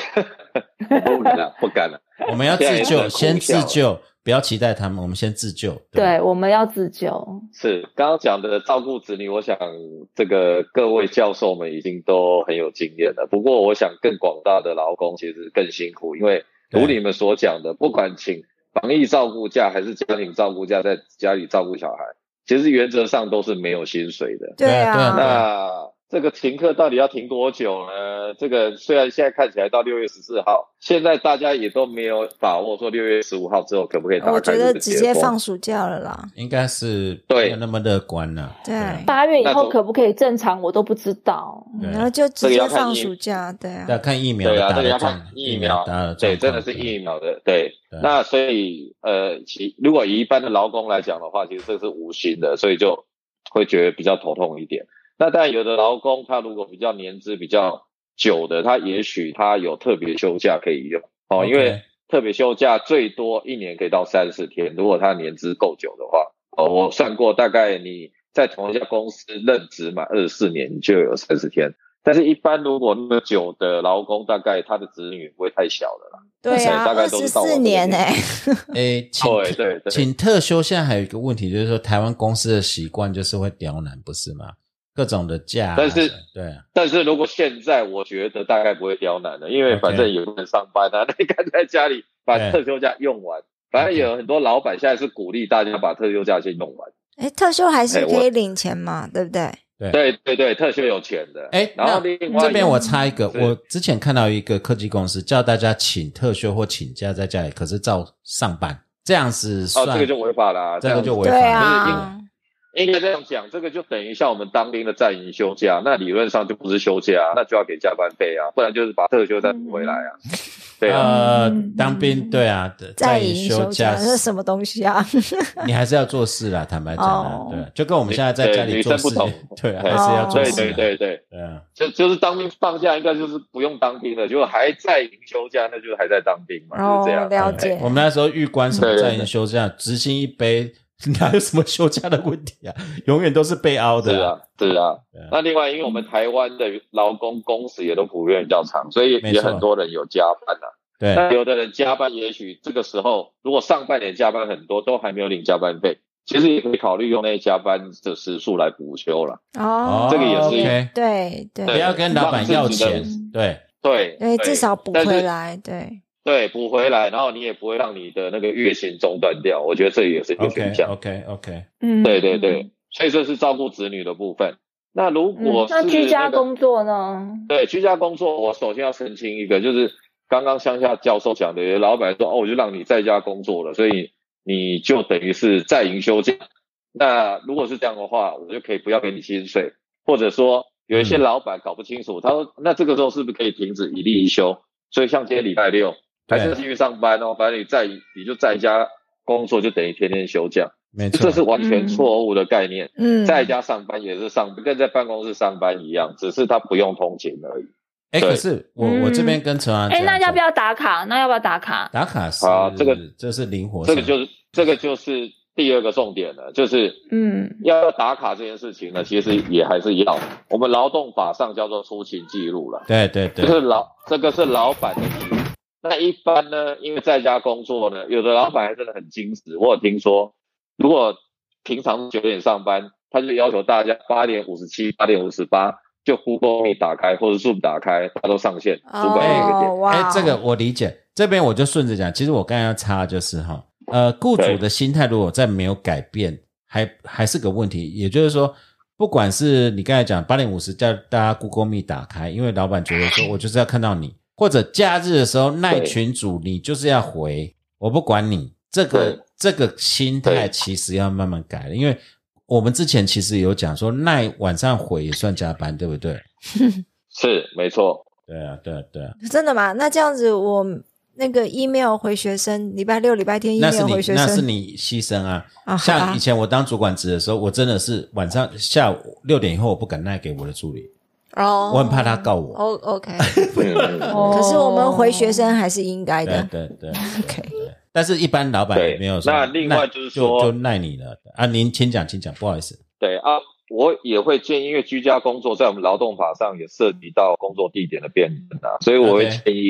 不能了，不敢了。 我们要自救，先自救，不要期待他们，我们先自救。 对，我们要自救。 是刚刚讲的照顾子女，我想这个各位教授们已经都很有经验了。不过，我想更广大的劳工其实更辛苦，因为如你们所讲的，不管请防疫照顾假还是家庭照顾假，在家里照顾小孩，其实原则上都是没有薪水的。 对啊， 那这个停课到底要停多久呢？这个虽然现在看起来到6月14号，现在大家也都没有把握说6月15号之后可不可以打开。 我觉得直接放暑假了啦， 应该是没有那么乐观了。 对 ，8月以后可不可以正常，我都不知道。 然后就直接放暑假，对啊， 要看疫苗， 对啊，这个要看疫苗的，对，真的是疫苗的，对。那所以如果以一般的劳工来讲的话，其实这是无薪的，所以就会觉得比较头痛一点。那当然有的劳工他如果比较年资比较久的，他也许他有特别休假可以用哦，因为特别休假最多1年可以到30天，如果他年资够久的话，我算过大概你在同一家公司任职满24年你就有30天。但是一般如果那么久的劳工，大概他的子女不会太小的啦。 对啊， 大概都是到 24年对， 请特休现在还有一个问题，就是说台湾公司的习惯就是会刁难，不是吗？各种的假， 但是如果现在我觉得大概不会刁难的，因为反正也不能上班啊，那干脆在家里把特休假用完。反正有很多老板现在是鼓励大家把特休假先用完。 特休还是可以领钱嘛，对不对？ 对，特休有钱的。 然后另外这边我插一个，我之前看到一个科技公司叫大家请特休或请假在家里，可是照上班，这样子算这个就违法啦， 这个就违法了。 应该这样讲，这个就等于像我们当兵的在营休假，那理论上就不是休假，那就要给加班费啊，不然就是把特休再补回来啊。对啊， 当兵对啊， 在营休假这是什么东西啊？ 你还是要做事啦，坦白讲啊，对，就跟我们现在在家里做事，对，还是要做事。 对啊，就是当兵放假应该就是不用当兵了，就还在营休假，那就还在当兵嘛，就是这样。 了解。 我们那时候预官什么在营休假，执行一杯。哪有什么休假的问题啊？永远都是被凹的。 是啊。那另外，因为我们台湾的劳工工时也都普遍比较长，所以也很多人有加班啊。 对。 那有的人加班，也许这个时候如果上半年加班很多，都还没有领加班费，其实也可以考虑用那些加班的时数来补休了。这个也是。 对， 不要跟老板要钱。 对， 至少补回来。 对，补回来，然后你也不会让你的那个月薪中断掉，我觉得这也是一个选项。 OK， 对，所以这是照顾子女的部分。那如果是那居家工作呢？ 对，居家工作，我首先要澄清一个，就是刚刚乡下教授讲的，有老板说我就让你在家工作了，所以你就等于是在营休假。那如果是这样的话，我就可以不要给你薪水，或者说有一些老板搞不清楚，他说那这个时候是不是可以停止一例一休？所以像今天礼拜六。还是继续上班哦，反正你就在家工作，就等于天天休假， 没错， 这是完全错误的概念。在家上班也是上班，跟在办公室上班一样，只是他不用通勤而已。 可是我这边跟陈安讲， 那要不要打卡？打卡是这是灵活， 这个就是第二个重点了，就是要打卡这件事情呢，其实也还是要我们劳动法上叫做出勤记录了。 对， 这个是老板的记录。那一般呢，因为在家工作呢，有的老板还真的很精实。我有听说，如果平常9点上班，他就要求大家8点57、8点58就 Google Meet 打开或者 Zoom 打开，他都上线。主管一个点。 这个我理解。这边我就顺着讲，其实我刚才要插的就是雇主的心态如果再没有改变，还是个问题。也就是说，不管是你刚才讲8点50叫大家 Google Meet 打开，因为老板觉得说我就是要看到你。或者假日的时候赖群组你就是要回，我不管你，这个心态其实要慢慢改了，因为我们之前其实有讲说赖晚上回也算加班，对不对？ 是没错。 对啊。 真的吗？那这样子我那个 email 回学生，礼拜六礼拜天 email 回学生， 那是你牺牲啊。像以前我当主管职的时候，我真的是晚上下午6点以后我不敢赖给我的助理。我很怕他告我。 OK 可是我们回学生还是应该的。 对 OK 但是一般老板也没有说。 那另外就是说就赖你了啊，您请讲，不好意思。 对啊，我也会建议，因为居家工作在我们劳动法上也涉及到工作地点的变更啊，所以我会建议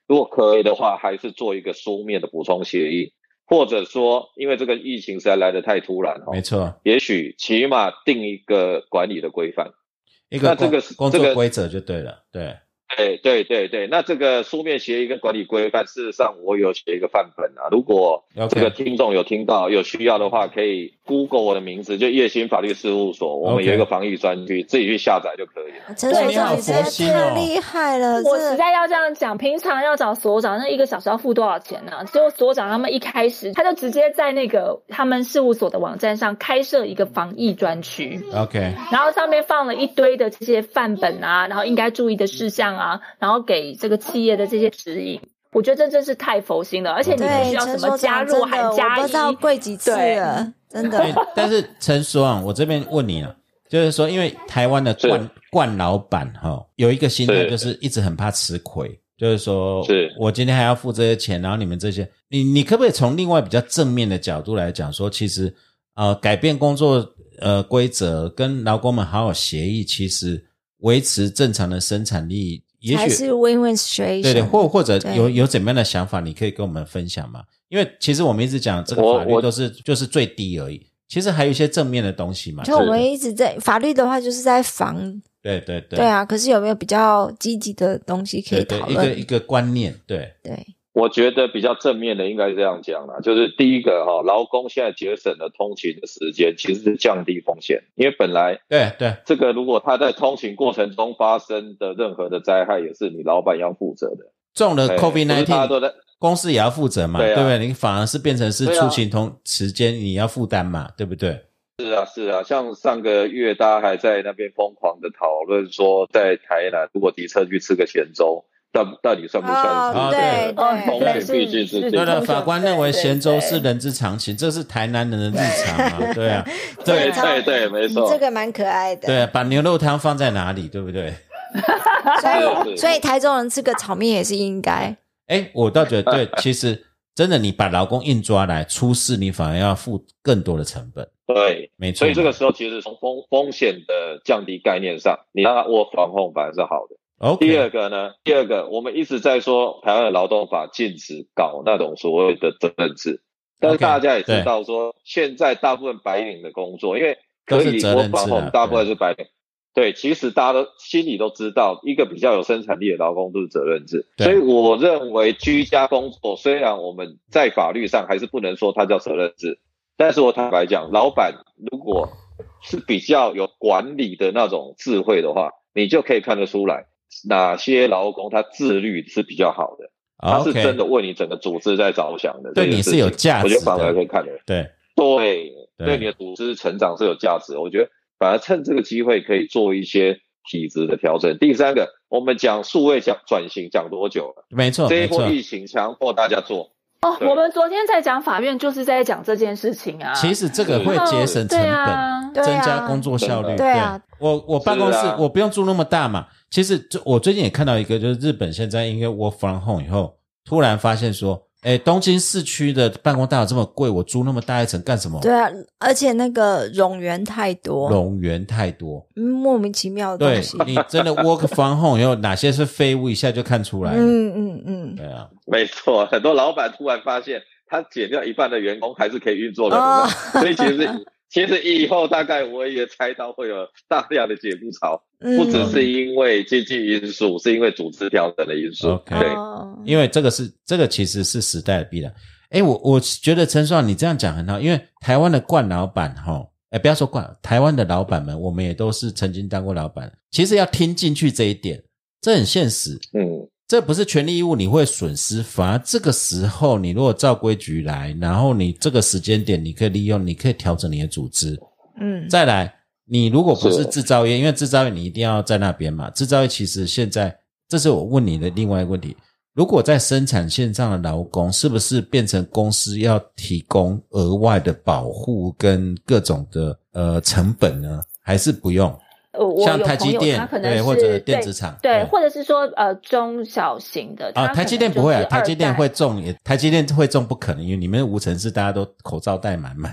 如果可以的话，还是做一个书面的补充协议，或者说，因为这个疫情实在来得太突然没错， 也许起码定一个管理的规范， 一个工作规则就对了，对。 对，那这个书面协议跟管理规范，事实上我有写一个范本啊。如果这个听众有听到有需要的话，可以 Google 我的名字，就叶兴法律事务所，我们有一个防疫专区，自己去下载就可以了。 陈所长，你真的太厉害了！ 我实在要这样讲，平常要找所长，那1个小时要付多少钱呢？结果所长他们一开始他就直接在那个他们事务所的网站上开设一个防疫专区 ，OK， 然后上面放了一堆的这些范本啊，然后应该注意的事项啊。然后给这个企业的这些指引，我觉得这真是太佛心了，而且你不需要什么加入还加一， 我不知道跪几次了，真的。 但是陈所长，我这边问你了，就是说，因为台湾的惯老板有一个心态，就是一直很怕吃亏，就是说我今天还要付这些钱，然后你们这些，你可不可以从另外比较正面的角度来讲说，其实改变工作规则，跟劳工们好好协议，其实维持正常的生产力。也许还是 win-win situation， 对，或者有怎么样的想法，你可以跟我们分享吗？因为其实我们一直讲这个法律都是就是最低而已，其实还有一些正面的东西嘛。 就我们一直在法律的话，就是在防。对啊，可是有没有比较积极的东西可以讨论？ 对，一个观念，对。 我觉得比较正面的应该是这样讲啦，就是第一个劳工现在节省了通勤的时间，其实是降低风险，因为本来对这个如果他在通勤过程中发生的任何的灾害，也是你老板要负责的。 中了 COVID-19， 公司也要负责嘛，对不对？你反而是变成是出勤时间你要负担嘛，对不对？ 是啊，像上个月大家还在那边疯狂的讨论说，在台南如果骑车去吃个咸粥。到底算不算是？ 对， 风险毕竟是对的。法官认为咸粥是人之常情，这是台南人的日常啊，对啊， 对，没错， 这个蛮可爱的。 对啊，把牛肉汤放在哪里，对不对？ 所以台中人吃个炒面也是应该。 我倒觉得对，其实真的，你把劳工硬抓来出事，你反而要付更多的成本。 对， 没错。 所以这个时候，其实从风险的降低概念上，你让他work from home反而是好的。 Okay. 第二个，我们一直在说台湾的劳动法禁止搞那种所谓的责任制，但是大家也知道说，现在大部分白领的工作，因为可以work from home，大部分是白领。对，其实大家都心里都知道，一个比较有生产力的劳工都是责任制，所以我认为居家工作虽然我们在法律上还是不能说它叫责任制，但是我坦白讲，老板如果是比较有管理的那种智慧的话，你就可以看得出来。哪些劳工他自律是比较好的，他是真的为你整个组织在着想的， 对你是有价值的， 我觉得反而可以看的，对你的组织成长是有价值的。我觉得反而趁这个机会可以做一些体制的调整。第三个，我们讲数位转型讲多久了？ 没错， 这一波疫情强迫大家做。 我们昨天在讲法院，就是在讲这件事情啊。 其实这个会节省成本，增加工作效率。 对啊， 我办公室我不用住那么大嘛。其实我最近也看到一个，就是日本现在因为 work from home 以后，突然发现说，东京市区的办公大楼这么贵，我租那么大一层干什么？ 对啊，而且那个冗员太多，莫名其妙的东西。 对，你真的 work from home 以后，哪些是废物，一下就看出来了。对啊， 没错，很多老板突然发现，他减掉一半的员工还是可以运作的，所以其实以后大概我也猜到会有大量的解雇潮，不只是因为经济因素，是因为组织调整的因素。 Okay. 对，因为这个其实是时代的必然。我觉得陈爽你这样讲很好，因为台湾的惯老板不要说惯，台湾的老板们，我们也都是曾经当过老板，其实要听进去这一点，这很现实。这不是权利义务你会损失，反而这个时候你如果照规矩来，然后你这个时间点你可以利用，你可以调整你的组织。再来，你如果不是制造业，因为制造业你一定要在那边嘛，制造业其实现在，这是我问你的另外一个问题，如果在生产线上的劳工，是不是变成公司要提供额外的保护跟各种的成本呢？还是不用？像台积电，对，或者电子厂， 对，或者是说中小型的台积电不会啊，台积电会中，台积电会中不可能，因为你们无尘室大家都口罩戴满满，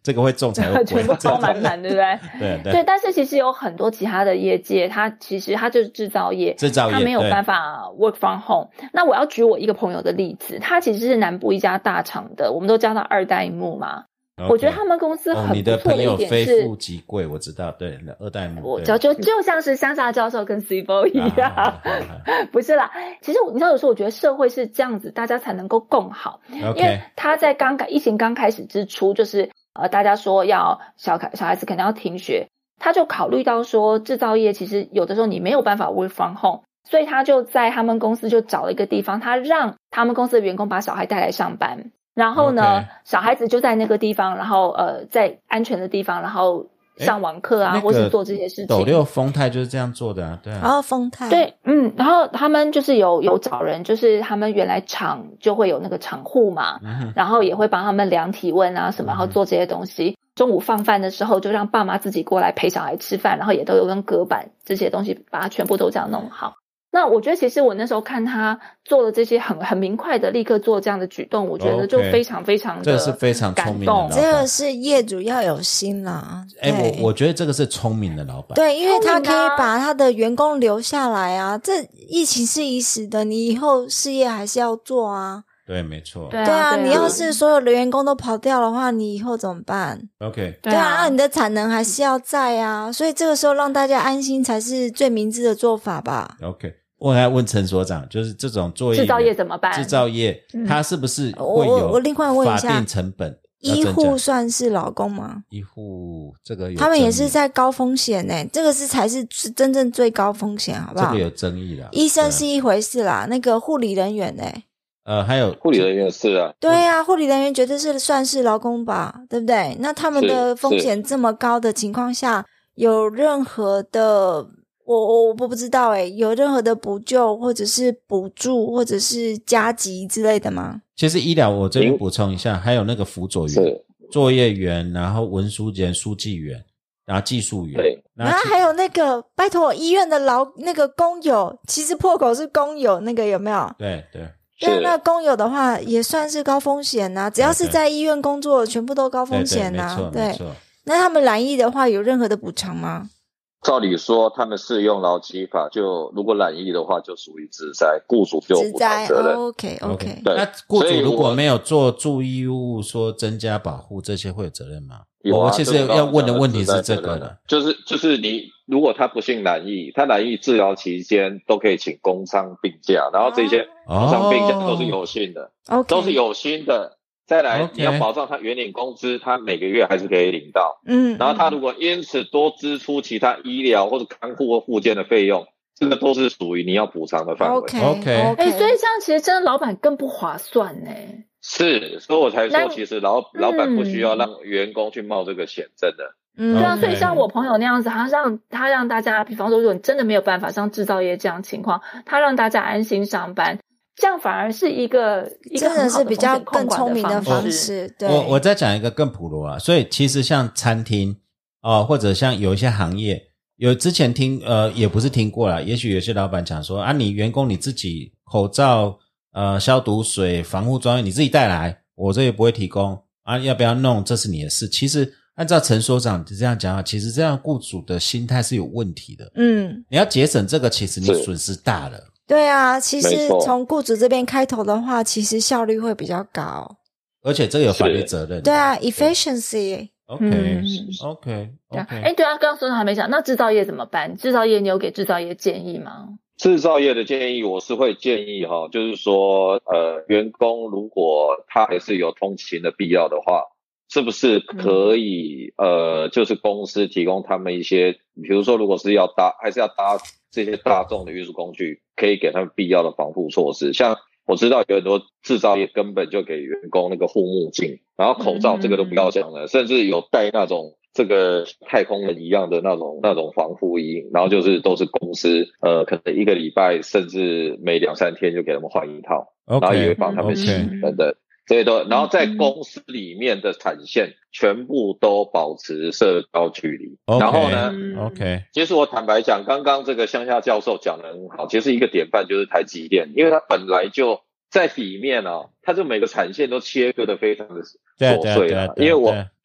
这个会中才会全部包满满，对不对？ 对， 但是其实有很多其他的业界，它就是制造业，它没有办法 work from home。那我要举我一个朋友的例子，他其实是南部一家大厂的，我们都叫他二代目嘛。我觉得他们公司很不错的一点是， 你的朋友非富即贵，我知道，对，二代目， 就像是乡下教授跟 CFO 一样，不是啦。其实你知道，有时候我觉得社会是这样子，大家才能够共好。因为他在疫情刚开始之初，就是大家说要小孩子可能要停学，他就考虑到说制造业其实有的时候你没有办法 work from home，所以他就在他们公司就找了一个地方，他让他们公司的员工把小孩带来上班。然后呢，小孩子就在那个地方，然后在安全的地方，然后上网课啊，或是做这些事情。 斗六丰泰就是这样做的啊，对啊。 丰泰对，然后他们就是有找人，就是他们原来厂就会有那个厂户嘛，然后也会帮他们量体温啊什么，然后做这些东西。中午放饭的时候，就让爸妈自己过来陪小孩吃饭，然后也都有跟隔板这些东西，把它全部都这样弄好。那我觉得其实我那时候看他做了这些很明快的立刻做这样的举动，我觉得就非常非常的这是非常聪明的老板， 这个是业主要有心啦。 我觉得这个是聪明的老板， 对，因为他可以把他的员工留下来啊。这疫情是一时的，你以后事业还是要做啊。 对，没错。 对啊，你要是所有的员工都跑掉的话，你以后怎么办 ？OK， 对啊，你的产能还是要在啊，所以这个时候让大家安心才是最明智的做法吧。 OK。我还问陈所长，就是这种作业制造业怎么办？ 制造业它是不是会有我另外问一下， 法定成本？ 医护算是劳工吗？ 医护这个有他们也是在高风险这个才是真正最高风险，好不好？ 这个有争议啦。 医生是一回事啦，那个护理人员还有护理人员是啊， 对啊，护理人员绝对是算是劳工吧，对不对？那他们的风险这么高的情况下，有任何的我不知道有任何的补救或者是补助或者是加急之类的吗？ 其实医疗我这边补充一下，还有那个辅佐员、作业员，然后文书员、书记员，然后技术员， 对， 然后还有那个拜托医院的那个工友，其实破口是工友，那个有没有？ 对， 那工友的话也算是高风险只要是在医院工作，全部都高风险对，没错。 那他们染疫的话，有任何的补偿吗？ 照理说，他们适用劳基法，就如果染疫的话，就属于职灾，雇主就有补偿责任。 OK， 对。 那雇主如果没有做注意义务，说增加保护，这些会有责任吗？ 我其实要问的问题是这个的， 就是你如果他不幸染疫，他染疫治疗期间都可以请工伤病假，然后这些工伤病假都是有薪的，都是有薪的。再来，你要保障他原领工资，他每个月还是可以领到。然后他如果因此多支出其他医疗或者看护或复健的费用，这个都是属于你要补偿的范围。 OK， 所以这样其实真的老板更不划算是，所以我才说，其实老板不需要让员工去冒这个险，真的。 对啊，所以像我朋友那样子，他让大家，比方说，如果你真的没有办法像制造业这样情况，他让大家安心上班。这样反而是一个真的是比较更聪明的方式。对， 我再讲一个更普罗所以其实像餐厅或者像有一些行业，有之前也不是听过啦，也许有些老板讲说你员工你自己口罩消毒水防护装备你自己带来，我这也不会提供要不要弄这是你的事。其实按照陈所长这样讲其实这样雇主的心态是有问题的。你要节省这个，其实你损失大了。 对啊，其实从雇主这边开头的话，其实效率会比较高， 而且这个有法律责任。 对啊 ，efficiency。 OK。 对啊，刚刚所长还没讲，那制造业怎么办？制造业你有给制造业建议吗？ 制造业的建议，我是会建议就是说，员工如果他还是有通勤的必要的话，是不是可以就是公司提供他们一些，比如说如果是还是要搭这些大众的运输工具，可以给他们必要的防护措施。像我知道有很多制造业根本就给员工那个护目镜，然后口罩这个都不要讲了，甚至有戴那种这个太空人一样的那种防护衣，然后就是都是公司可能一个礼拜甚至每2-3天就给他们换一套，然后也会帮他们洗等等。这些都，然后在公司里面的产线全部都保持社交距离。然后呢其实我坦白讲，刚刚这个乡下教授讲得很好，其实一个典范就是台积电，因为它本来就在里面它就每个产线都切割的非常的琐碎因为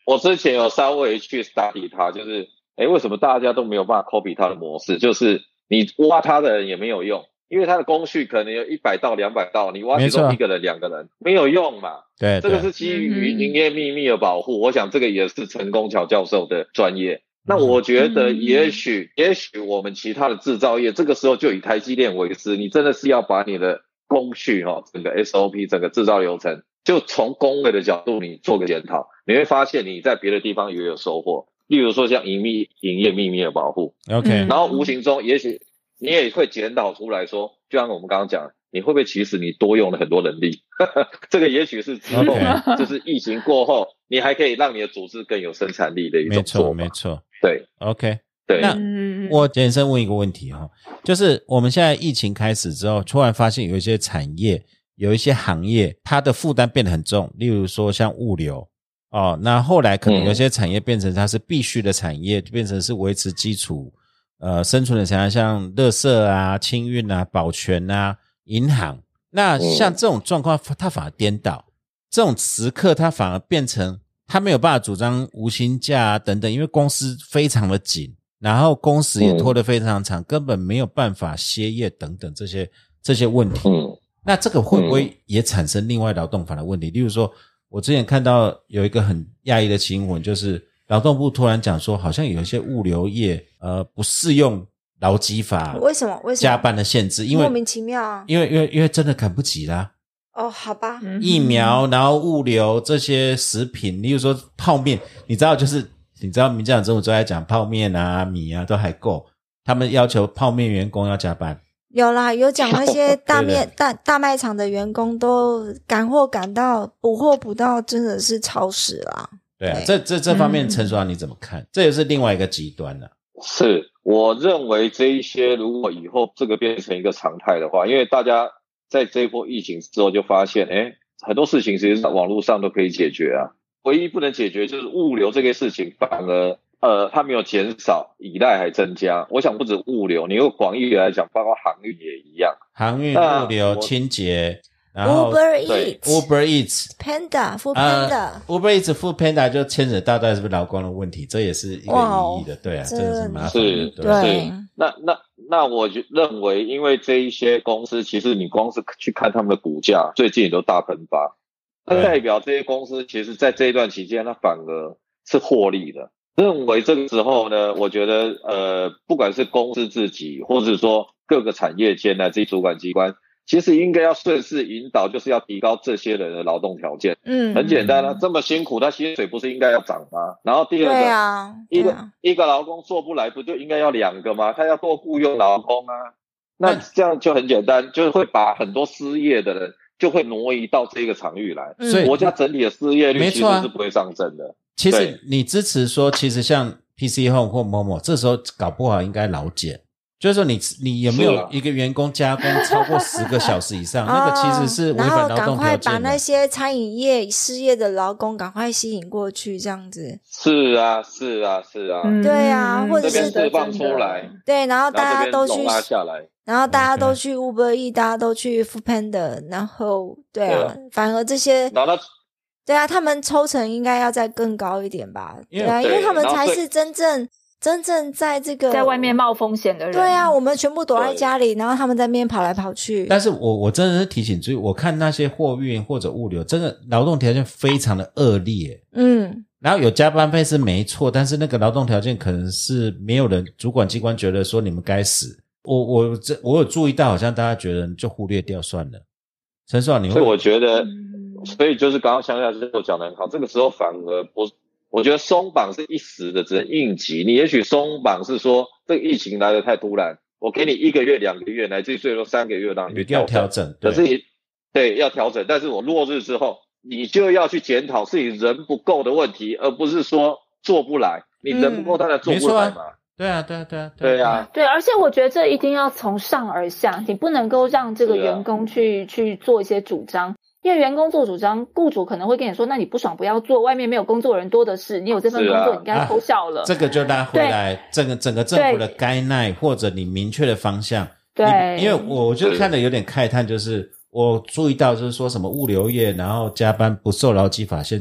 我之前有稍微去 study 它，就是为什么大家都没有办法 copy 它的模式，就是你挖它的人也没有用，因为它的工序可能有100道200道，你挖其中1个人2个人没有用嘛。 对， 这个是基于营业秘密的保护，我想这个也是陈功桥教授的专业。那我觉得也许我们其他的制造业这个时候就以台积电为师，你真的是要把你的工序整个 SOP 整个制造流程就从工位的角度你做个检讨，你会发现你在别的地方也有收获，例如说像营业秘密的保护 OK， 然后无形中也许你也会检讨出来说，就像我们刚刚讲，你会不会其实你多用了很多人力这个也许是之后就是疫情过后你还可以让你的组织更有生产力的一种做法。 没错对 OK。 对， 那我延伸问一个问题就是我们现在疫情开始之后，突然发现有一些产业有一些行业它的负担变得很重，例如说像物流那后来可能有些产业变成它是必须的产业，变成是维持基础生存的产业，像垃圾啊、清运啊、保全啊、银行。那像这种状况它反而颠倒，这种时刻它反而变成他没有办法主张无薪假啊等等，因为公司非常的紧，然后工时也拖得非常长，根本没有办法歇业等等这些问题。那这个会不会也产生另外劳动法的问题？例如说我之前看到有一个很讶异的新闻，就是劳动部突然讲说好像有一些物流业不适用劳基法， 为什么加班的限制？因为莫名其妙啊， 因为真的赶不及啦。 好吧， 疫苗，然后物流这些食品，例如说泡面，你知道民进党政府都在讲泡面啊、米啊都还够，他们要求泡面员工要加班。 有啦，有讲那些大卖场的员工都赶货赶到补货补到真的是超时啦。 对啊，这方面陈所长你怎么看？这也是另外一个极端了。 是，我认为这一些如果以后这个变成一个常态的话，因为大家在这一波疫情之后就发现很多事情其实网络上都可以解决啊，唯一不能解决就是物流这个事情，反而它没有减少，依赖还增加。我想不止物流，你用广义来讲，包括航运也一样， 航运、物流、清洁，然后 Uber Eats Panda Food Panda Uber Eats Food Panda 就牵扯到底是不是劳工的问题，这也是一个意义的。对啊，真的是麻烦。 对，那我就认为，因为这一些公司其实你光是去看他们的股价最近也都大喷发，那代表这些公司其实在这一段期间它反而是获利的。认为这个时候呢，我觉得不管是公司自己或者说各个产业间的这些主管机关，其实应该要顺势引导，就是要提高这些人的劳动条件。很简单啊，这么辛苦，他薪水不是应该要涨吗？然后第二个，一个劳工做不来，不就应该要2个吗？他要多雇佣劳工啊。那这样就很简单，就是会把很多失业的人就会挪移到这个场域来，所以国家整体的失业率其实是不会上升的。 其实你支持说，其实像 PC Home 或某某，这时候搞不好应该劳检，就是说你有没有一个员工加工超过10个小时以上，那个其实是违反劳动条件的。然后赶快把那些餐饮业失业的劳工赶快吸引过去，这样子。 是啊， 对啊，或者是释放出来， 对，然后大家都去拉下来， 然后大家都去 Uber Eats， 大家都去 Food Panda， 然后对啊，反而这些。对啊，他们抽成应该要再更高一点吧？对啊，因为他们才是真正在这个在外面冒风险的人。 对啊，我们全部躲在家里，然后他们在那边跑来跑去。 但是我真的是提醒注意，我看那些货运或者物流，真的劳动条件非常的恶劣。然后有加班费是没错，但是那个劳动条件可能是没有人主管机关觉得说你们该死。我有注意到，好像大家觉得就忽略掉算了。陈所长，你会？ 所以我觉得。所以就是刚刚乡下师傅讲得很好，这个时候反而我觉得松绑是一时的，只能应急。你也许松绑是说这个疫情来得太突然，我给你1个月2个月，乃至于最多3个月让你去调整。 可是对要调整，但是我落日之后，你就要去检讨是你人不够的问题，而不是说做不来。你人不够当然做不来嘛。 对啊， 对，而且我觉得这一定要从上而下，你不能够让这个员工去做一些主张。因为员工做主张，雇主可能会跟你说，那你不爽不要做，外面没有工作人多的是，你有这份工作你该偷笑了。 这个就拉回来整个政府的该奈或者你明确的方向。 对， 因为我就看得有点慨叹，就是我注意到就是说什么物流业然后加班不受劳基法限制，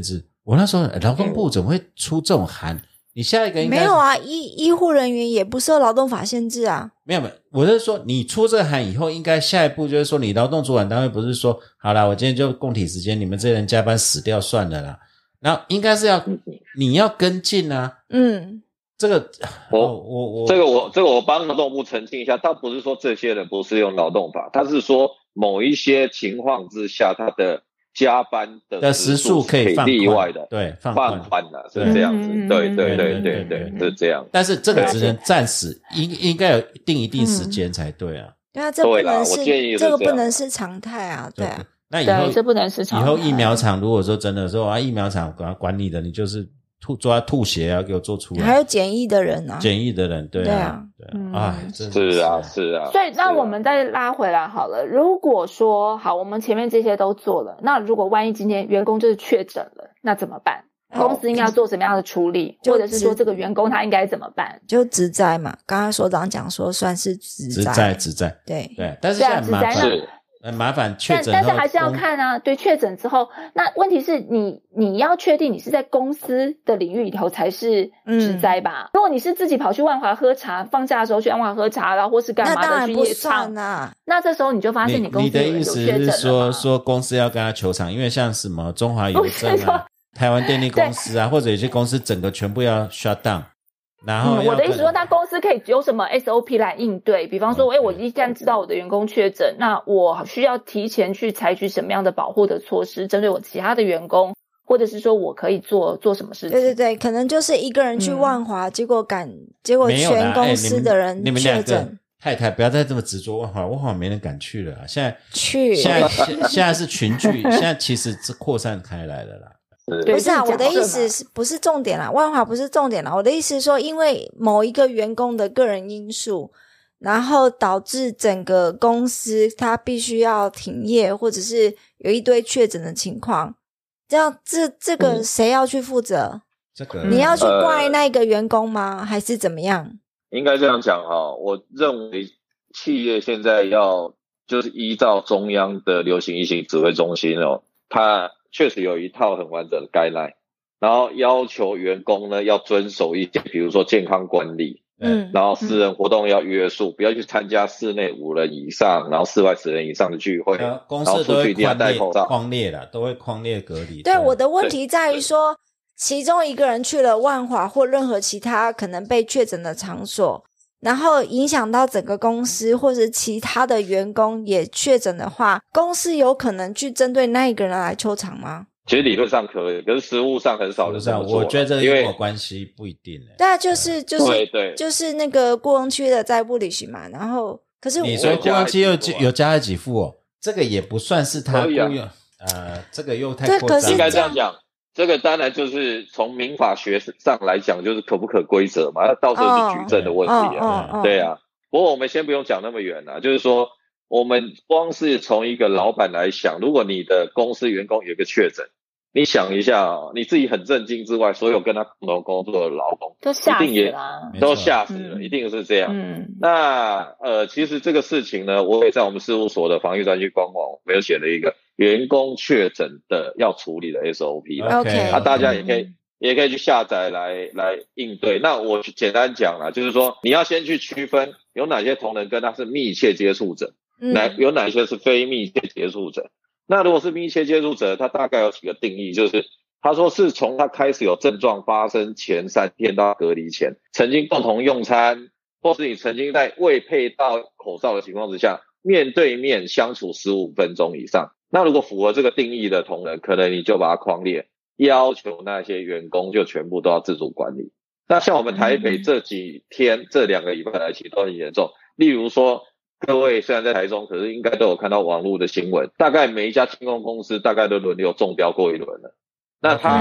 我那时候劳动部怎么会出这种函？你下一个应该没有啊，医护人员也不受劳动法限制啊。 没有，我是说你出这个函以后，应该下一步就是说，你劳动主管单位不是说好啦，我今天就共体时间，你们这些人加班死掉算了啦。然后应该是你要跟进啊。这个我帮劳动部澄清一下，他不是说这些人不适用劳动法，他是说某一些情况之下，他的加班的时数可以例外的， 对， 放宽的，是这样子，对，是这样。 但是这个只能暂时，应该有定一定时间才对啊。 对啊，这不能是，这个不能是常态啊，对啊。 那以后这不能是常态。 以后疫苗厂如果说真的说疫苗厂管理的，你就是抓吐血啊，给我做出来。 还有检疫的人啊， 检疫的人，对啊， 是啊。 所以那我们再拉回来好了，如果说好，我们前面这些都做了，那如果万一今天员工就是确诊了，那怎么办？公司应该要做什么样的处理，或者是说这个员工他应该怎么办？ 就职灾嘛，刚刚所长讲说算是职灾，对， 但是现在麻烦确诊， 但是还是要看啊。对，确诊之后，那问题是你要确定你是在公司的领域里头才是职灾吧？如果你是自己跑去万华喝茶，放假的时候去万华喝茶，然后或是干嘛的， 那当然不算啊。 那这时候你就发现你公司你的意思是说公司要跟他求偿，因为像什么中华邮政啊、台湾电力公司啊，或者有些公司整个全部要 shut down。然后我的意思说，那公司可以有什么 SOP 来应对？比方说，我一旦知道我的员工确诊，那我需要提前去采取什么样的保护的措施，针对我其他的员工，或者是说我可以做什么事情？ 对，可能就是一个人去万华，结果全公司的人确诊。 太太不要再这么执着，万华没人敢去了啊！现在是群聚，现在其实是扩散开来了啦。 不是啊，我的意思是不是重点啦？万华不是重点啦。我的意思是说，因为某一个员工的个人因素，然后导致整个公司他必须要停业，或者是有一堆确诊的情况，这样这个谁要去负责？ 这个你要去怪那个员工吗？还是怎么样？ 应该这样讲哈，我认为企业现在要就是依照中央的流行疫情指挥中心它确实有一套很完整的guideline，然后要求员工呢要遵守一些，比如说健康管理，然后私人活动要约束，不要去参加室内5人以上，然后室外10人以上的聚会， 公司都会匡列啦，都会匡列隔离。 对，我的问题在于说，其中一个人去了万华或任何其他可能被确诊的场所，然后影响到整个公司或者其他的员工也确诊的话，公司有可能去针对那一个人来求偿吗？ 其实理论上可以，可是实务上很少人这么做。 我觉得这个因果关系不一定对啊，就是那个过翁区的债不履行嘛，然后可是你说过翁区有加害给付这个也不算是他雇佣这个又太扩张。 应该这样讲，这个当然就是从民法学上来讲，就是可不可归责嘛，到时候是举证的问题对啊。不过我们先不用讲那么远就是说，我们光是从一个老板来想，如果你的公司员工有一个确诊，你想一下你自己很震惊之外，所有跟他共同工作的劳工都吓死了， 都吓死了，一定是这样。那其实这个事情呢，我也在我们事务所的防疫专区官网，我们有写了一个员工确诊的要处理的 SOP。 OK， 大家也可以去下载来应对。那我简单讲啦，就是说你要先去区分有哪些同仁跟他是密切接触者，有哪些是非密切接触者。那如果是密切接触者，他大概有几个定义，就是他说是从他开始有症状发生前3天到隔离前，曾经共同用餐，或是你曾经在未佩戴口罩的情况之下，面对面相处15分钟以上。那如果符合这个定义的同仁，可能你就把它匡列，要求那些员工就全部都要自主管理。那像我们台北这几天这2个礼拜来其实都很严重，例如说各位虽然在台中，可是应该都有看到网络的新闻，大概每一家清空公司大概都轮流中标过一轮了。那他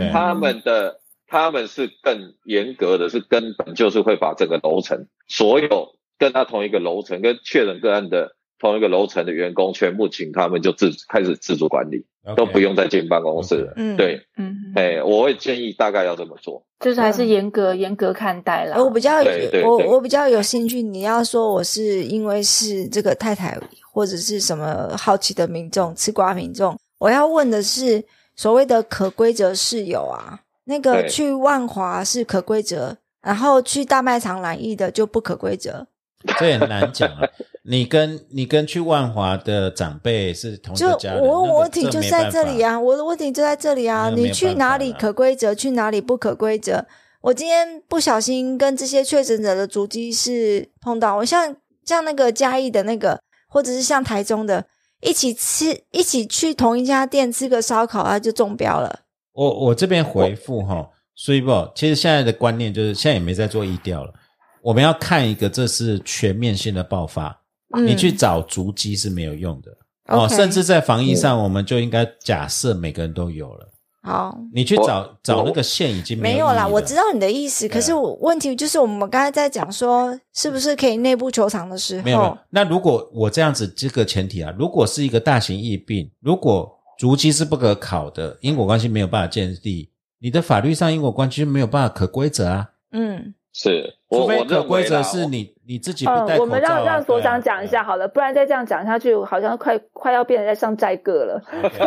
们是更严格的，是根本就是会把整个楼层所有跟他同一个楼层跟确诊个案的同一个楼层的员工全部请他们就开始自主管理，都不用再进办公室了。对，我会建议大概要这么做， 就是还是严格看待啦。 我比较有兴趣，你要说我是因为是这个太太或者是什么好奇的民众、吃瓜民众，我要问的是， 所谓的可归责事由啊，那个去万华是可归责，然后去大卖场染疫的就不可归责。 这也难讲啊。你跟去万华的长辈是同一个家人， 我问题就在这里啊，我的问题就在这里啊。你去哪里可归责，去哪里不可归责？我今天不小心跟这些确诊者的足迹是碰到，我像那个嘉义的那个，或者是像台中的，一起去同一家店吃个烧烤啊，就中标了。 我这边回复齁，所以其实现在的观念就是现在也没在做疫调了，我们要看一个这是全面性的爆发。你去找足迹是没有用的甚至在防疫上我们就应该假设每个人都有了。好，你去找那个线已经没有啦。我知道你的意思，可是问题就是我们刚才在讲说是不是可以内部求偿的时候， 没有。那如果我这样子这个前提啊，如果是一个大型疫病，如果足迹是不可考的，因果关系没有办法建立，你的法律上因果关系没有办法可归责啊。 是， 除非可归责是你自己不戴口罩我们让所长讲一下好了，不然再这样讲下去，好像快要变成在上斋课了。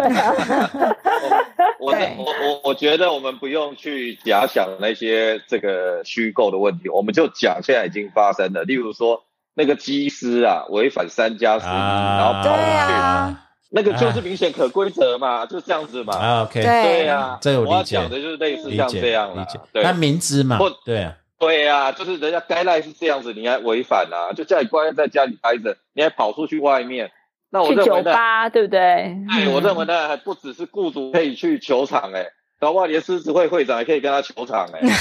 我觉得我们不用去假想那些这个虚构的问题，我们就讲现在已经发生了。例如说那个机师啊，违反3+11，然后跑去。那个就是明显可归责嘛，就这样子嘛。 OK， 对啊， 这我理解。 我要讲的就是类似像这样啦。 对，他明知嘛， 对啊，就是人家该赖是这样子，你还违反啊，就叫你乖在家里待着，你还跑出去外面。那我认为去酒吧，对不对？ 我认为呢，还不只是雇主可以去球场搞不好连狮子会会长也可以跟他球场对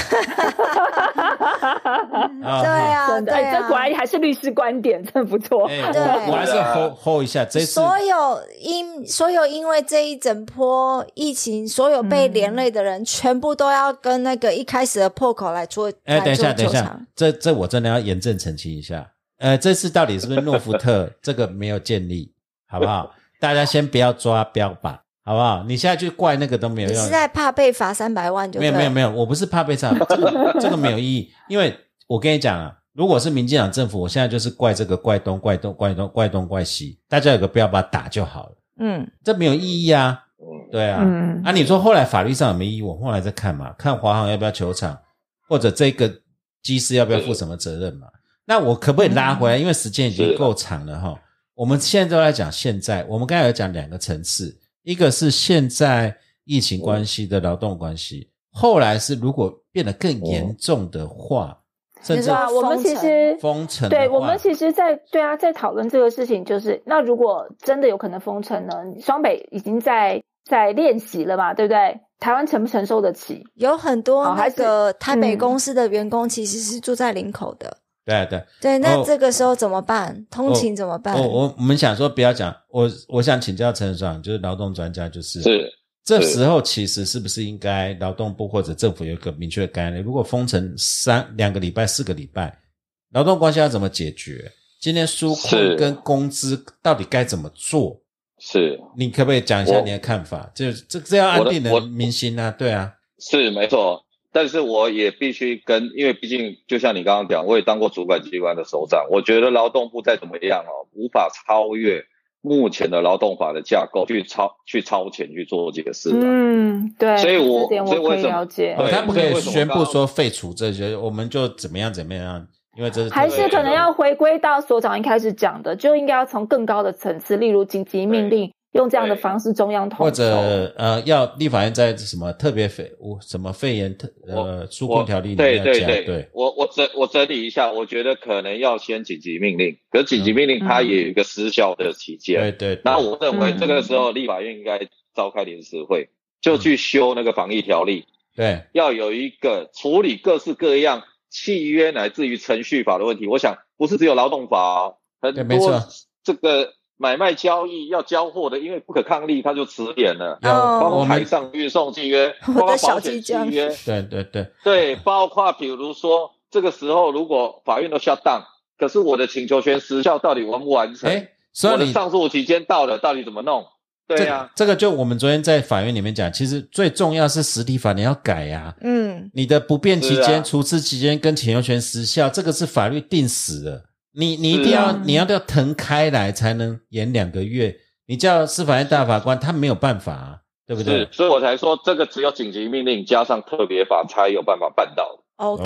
啊，对啊， 这果然还是律师观点，真不错。 对， 我还是 hold 一下这次所有因为这一整波疫情，所有被连累的人，全部都要跟那个一开始的破口来做。 等一下，这我真的要严正澄清一下。这次到底是不是诺福特这个没有建立，好不好？大家先不要抓标靶。好不好？你现在去怪那个都没有用。 你是在怕被罚300万就对？ 没有，我不是怕被罚，这个没有意义。因为我跟你讲啊，如果是民进党政府，我现在就是怪这个怪东怪西，大家有个标靶打就好了。这没有意义啊。对啊。你说后来法律上有没有意义？我后来再看嘛，看华航要不要求偿，或者这个机师要不要负什么责任嘛。那我可不可以拉回来？因为时间已经够长了齁。我们现在都在讲现在，我们刚才有讲2个层次。一个是现在疫情关系的劳动关系，后来是如果变得更严重的话，甚至我们其实封城， 对，我们其实在讨论这个事情，就是那如果真的有可能封城呢？双北已经在练习了嘛，对不对？台湾承不承受得起？ 有很多那个台北公司的员工其实是住在林口的。对，那这个时候怎么办？通勤怎么办？ 我们想说不要讲，我想请教陈所长，就是劳动专家，就是这时候其实是不是应该劳动部或者政府有一个明确的概念？如果封城2个礼拜、4个礼拜，劳动关系要怎么解决？今天纾困跟工资到底该怎么做？你可不可以讲一下你的看法？这要安定人民心啊，对啊， 是没错。但是我也必须因为毕竟就像你刚刚讲，我也当过主管机关的首长，我觉得劳动部再怎么样无法超越目前的劳动法的架构去超前去做这个事。 对， 所以这点我可以了解。 他不可以宣布说废除这些，我们就怎么样，因为这是还是可能要回归到所长一开始讲的，就应该要从更高的层次，例如紧急命令。用这样的方式中央统筹， 或者要立法院在什么特别什么肺炎纾困条例里面要加。对， 我整理一下，我觉得可能要先紧急命令，可是紧急命令它也有一个时效的期间。 对。 那我认为这个时候立法院应该召开临时会，就去修那个防疫条例。 对， 要有一个处理各式各样契约乃至于程序法的问题。我想不是只有劳动法很多这个。买卖交易要交货的，因为不可抗力，它就迟延了。包括海上运送契约，包括保险契约，对，包括比如说这个时候如果法院都shut down，可是我的请求权时效到底完不完成？我的上诉期间到了，到底怎么弄？对啊， 这个就我们昨天在法院里面讲，其实最重要是实体法你要改啊。你的不便期间、处置期间跟请求权时效，这个是法律定死的。你一定要你要腾开来才能延2个月，你叫司法院大法官他没有办法啊， 对不对？ 是，所以我才说这个只有紧急命令加上特别法才有办法办到的。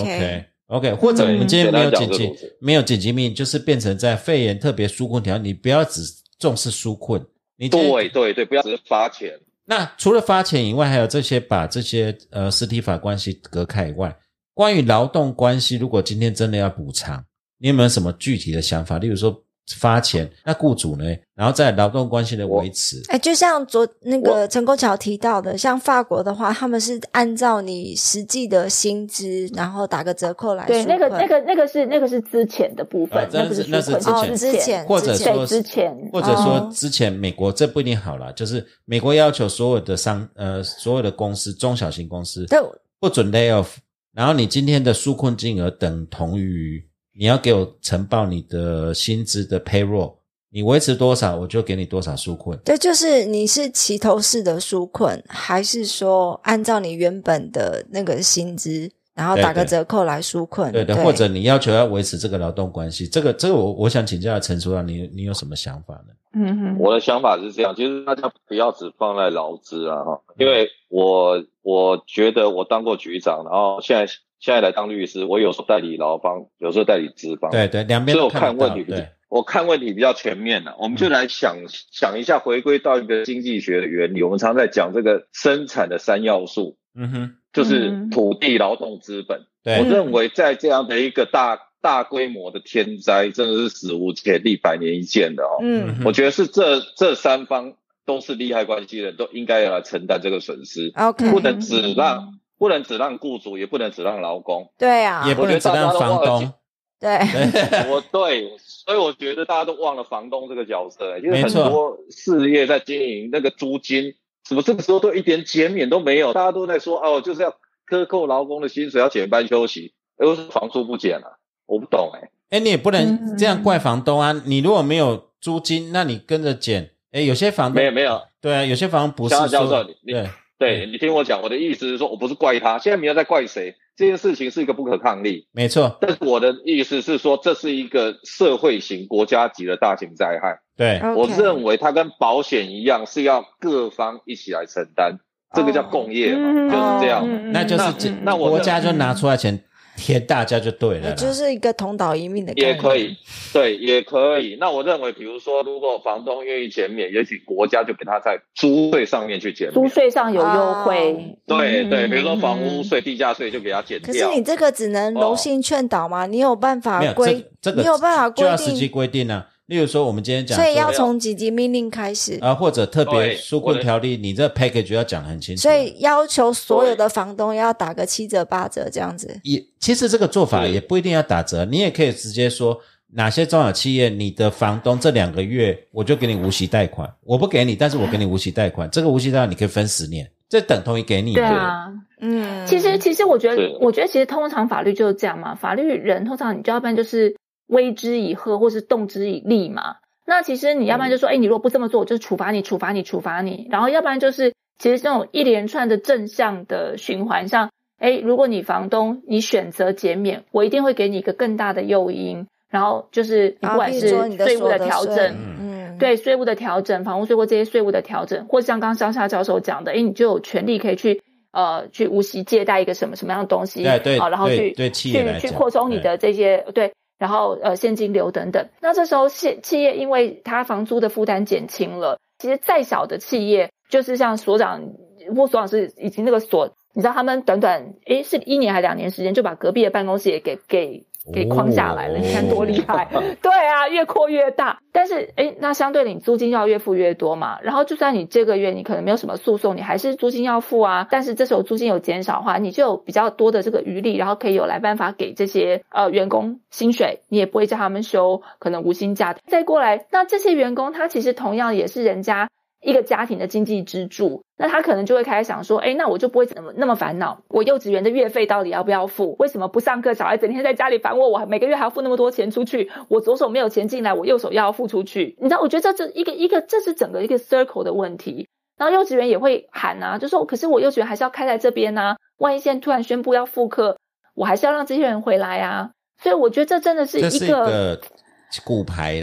OK， 或者我们今天没有紧急命令，就是变成在肺炎特别纾困条例，你不要只重视纾困，你对，不要只是发钱。 那除了发钱以外，还有这些把这些实体法关系隔开以外，关于劳动关系，如果今天真的要补偿，你有没有什么具体的想法？例如说发钱，那雇主呢？然后在劳动关系的维持。 就像那个陈国桥提到的，像法国的话，他们是按照你实际的薪资，然后打个折扣来对，那个是之前的部分，那是之前， 或者说之前美国这不一定好啦，就是美国要求所有的公司，中小型公司不准 lay off， 然后你今天的纾困金额等同于你要给我呈报你的薪资的 payroll， 你维持多少我就给你多少纾困。 对，就是你是齐头式的纾困，还是说按照你原本的那个薪资，然后打个折扣来纾困？ 对，或者你要求要维持这个劳动关系，这个我想请教陈所长，你有什么想法呢？ 我的想法是这样，其实大家不要只放在劳资啊，因为我觉得我当过局长，然后现在来当律师，我有时候代理劳方，有时候代理资方， 对，两边都看得到。 我看问题比较全面我们就来想一下，回归到一个经济学的原理，我们常在讲这个生产的3要素，就是土地、劳动、资本。我认为在这样的一个大规模的天灾，真的是史无前例、百年一见的我觉得是这三方都是利害关系人，都应该要来承担这个损失。 OK， 不能只让雇主，也不能只让劳工。 对啊， 也不能只让房东。 对， 所以我觉得大家都忘了房东这个角色，因为很多事业在经营，那个租金怎么这个时候都一点减免都没有，大家都在说就是要克扣劳工的薪水，要减班休息，为什么房租不减啊？我不懂你也不能这样怪房东啊，你如果没有租金，那你跟着减，有些房东没有， 对啊，有些房东不是说教授，对，你听我讲，我的意思是说，我不是怪他，现在没有在怪谁，这件事情是一个不可抗力， 没错。 但是我的意思是说，这是一个社会型、国家级的大型灾害。 对， 我认为它跟保险一样，是要各方一起来承担，这个叫共业嘛，就是这样。 那就是那国家就拿出来钱填大家就对了， 就是一个同岛一命的概念。 也可以，对，也可以。那我认为，比如说，如果房东愿意减免，也许国家就给他在租税上面去减免， 租税上有优惠。 对，比如说房屋税、地价税就给他减掉。 可是你这个只能柔性劝导吗？你有办法你有办法规定， 就要实际规定啊。例如说我们今天讲， 所以要从紧急命令开始或者特别纾困条例，你这 package 要讲得很清楚。 所以要求所有的房东要打个7折8折这样子。 其实这个做法也不一定要打折，你也可以直接说哪些中小企业你的房东这2个月我就给你无息贷款，我不给你，但是我给你无息贷款，这个无息贷款你可以分10年，这等同于给你。 对啊，其实我觉得其实通常法律就是这样嘛，法律人通常你就要不然就是威之以赫或是动之以利嘛。那其实你要不然就说你如果不这么做我就处罚你，然后要不然就是其实这种一连串的正向的循环，像如果你房东你选择减免，我一定会给你一个更大的诱因，然后就是不管是税务的调整，对，税务的调整，房屋税或这些税务的调整，或像刚刚乡下教授讲的，你就有权利可以去无息借贷一个什么样的东西， 对， 然后去扩充你的这些对，然后现金流等等。那这时候企业因为它房租的负担减轻了，其实再小的企业，就是像所长是已经那个你知道他们短是1年还2年时间就把隔壁的办公室也给框下来了，你看多厉害。对啊，越扩越大。但是那相对的你租金要越付越多嘛，然后就算你这个月你可能没有什么诉讼，你还是租金要付啊，但是这时候租金有减少的话，你就有比较多的这个余力，然后可以有来办法给这些员工薪水，你也不会叫他们休可能无薪假。再过来，那这些员工他其实同样也是人家一个家庭的经济支柱，那他可能就会开始想说那我就不会那么烦恼，我幼稚园的月费到底要不要付，为什么不上课，小孩整天在家里烦我每个月还要付那么多钱出去，我左手没有钱进来，我右手要付出去。你知道我觉得这是整个一个 circle 的问题。然后幼稚园也会喊啊，就说可是我幼稚园还是要开在这边啊，万一现在突然宣布要复课，我还是要让这些人回来啊。所以我觉得这真的是一个骨牌啦，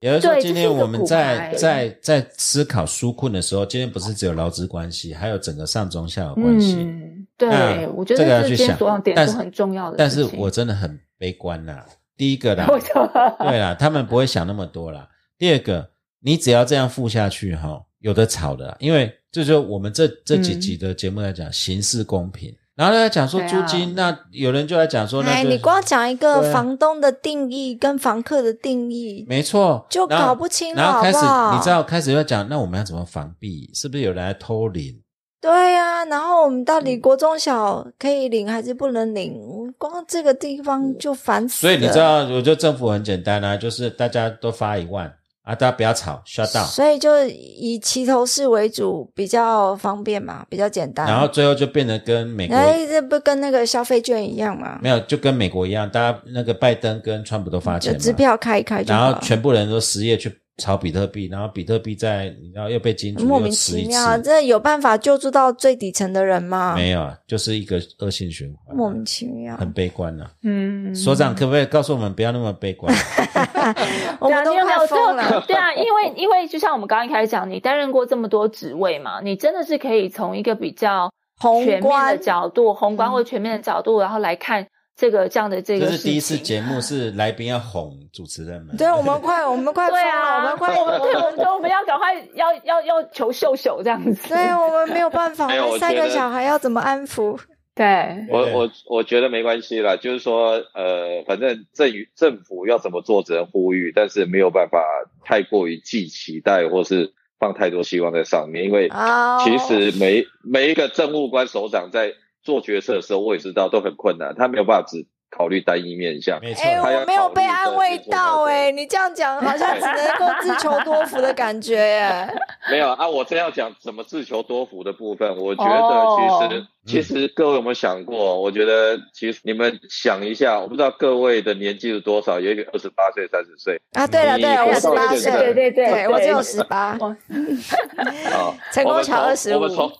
也就是说，今天我们在思考纾困的时候，今天不是只有劳资关系，还有整个上中下游关系。 对，我觉得这今天所有点是很重要的事情。 但是我真的很悲观啦。第一个啦，对啦，他们不会想那么多啦。第二个，你只要这样付下去有的吵的啦，因为就是说我们这几集的节目来讲，形式公平。然后他讲说租金，那有人就来讲说，那你光讲一个房东的定义跟房客的定义， 没错， 就搞不清了， 然后开始好不好？ 你知道开始要讲，那我们要怎么防弊？是不是有人来偷领？ 对啊，然后我们到底国中小可以领还是不能领？光这个地方就烦死了。 所以你知道，我觉得政府很简单啊，就是大家都发1万啊，大家不要吵 ，shut down。 所以就以齐头式为主，比较方便嘛，比较简单。 然后最后就变得跟美国， 这不跟那个消费券一样吗？ 没有，就跟美国一样，大家那个拜登跟川普都发钱嘛， 就支票开一开就好， 然后全部人都失业去炒比特币，然后比特币你知道又被金主莫名其妙，这有办法救助到最底层的人吗？ 没有，就是一个恶性循环， 莫名其妙， 很悲观啊。所长可不可以告诉我们不要那么悲观？ 我们都快疯了。 对啊，因为就像我们刚刚一开始讲，你担任过这么多职位嘛，你真的是可以从一个比较全面的角度、宏观或全面的角度，然后来看。这样的这个这是第一次节目是来宾要哄主持人们。 对，我们快疯了， 我们要赶快要求秀秀这样子。 对，我们没有办法，我们3个小孩要怎么安抚？ 对， 我觉得没关系啦，就是说反正政府要怎么做只能呼吁，但是没有办法太过于寄期待或是放太多希望在上面，因为其实每一个政务官首长在做决策的时候，我也知道都很困难，他没有办法只考虑单一面向。 没错， 我没有被安慰到你这样讲好像只能够自求多福的感觉耶。 没有啊，我真要讲怎么自求多福的部分，我觉得其实各位有没有想过？我觉得其实你们想一下，我不知道各位的年纪是多少，有一个28岁、30岁啊。对了，我18岁，对，我只有18。陈功桥25。 我们从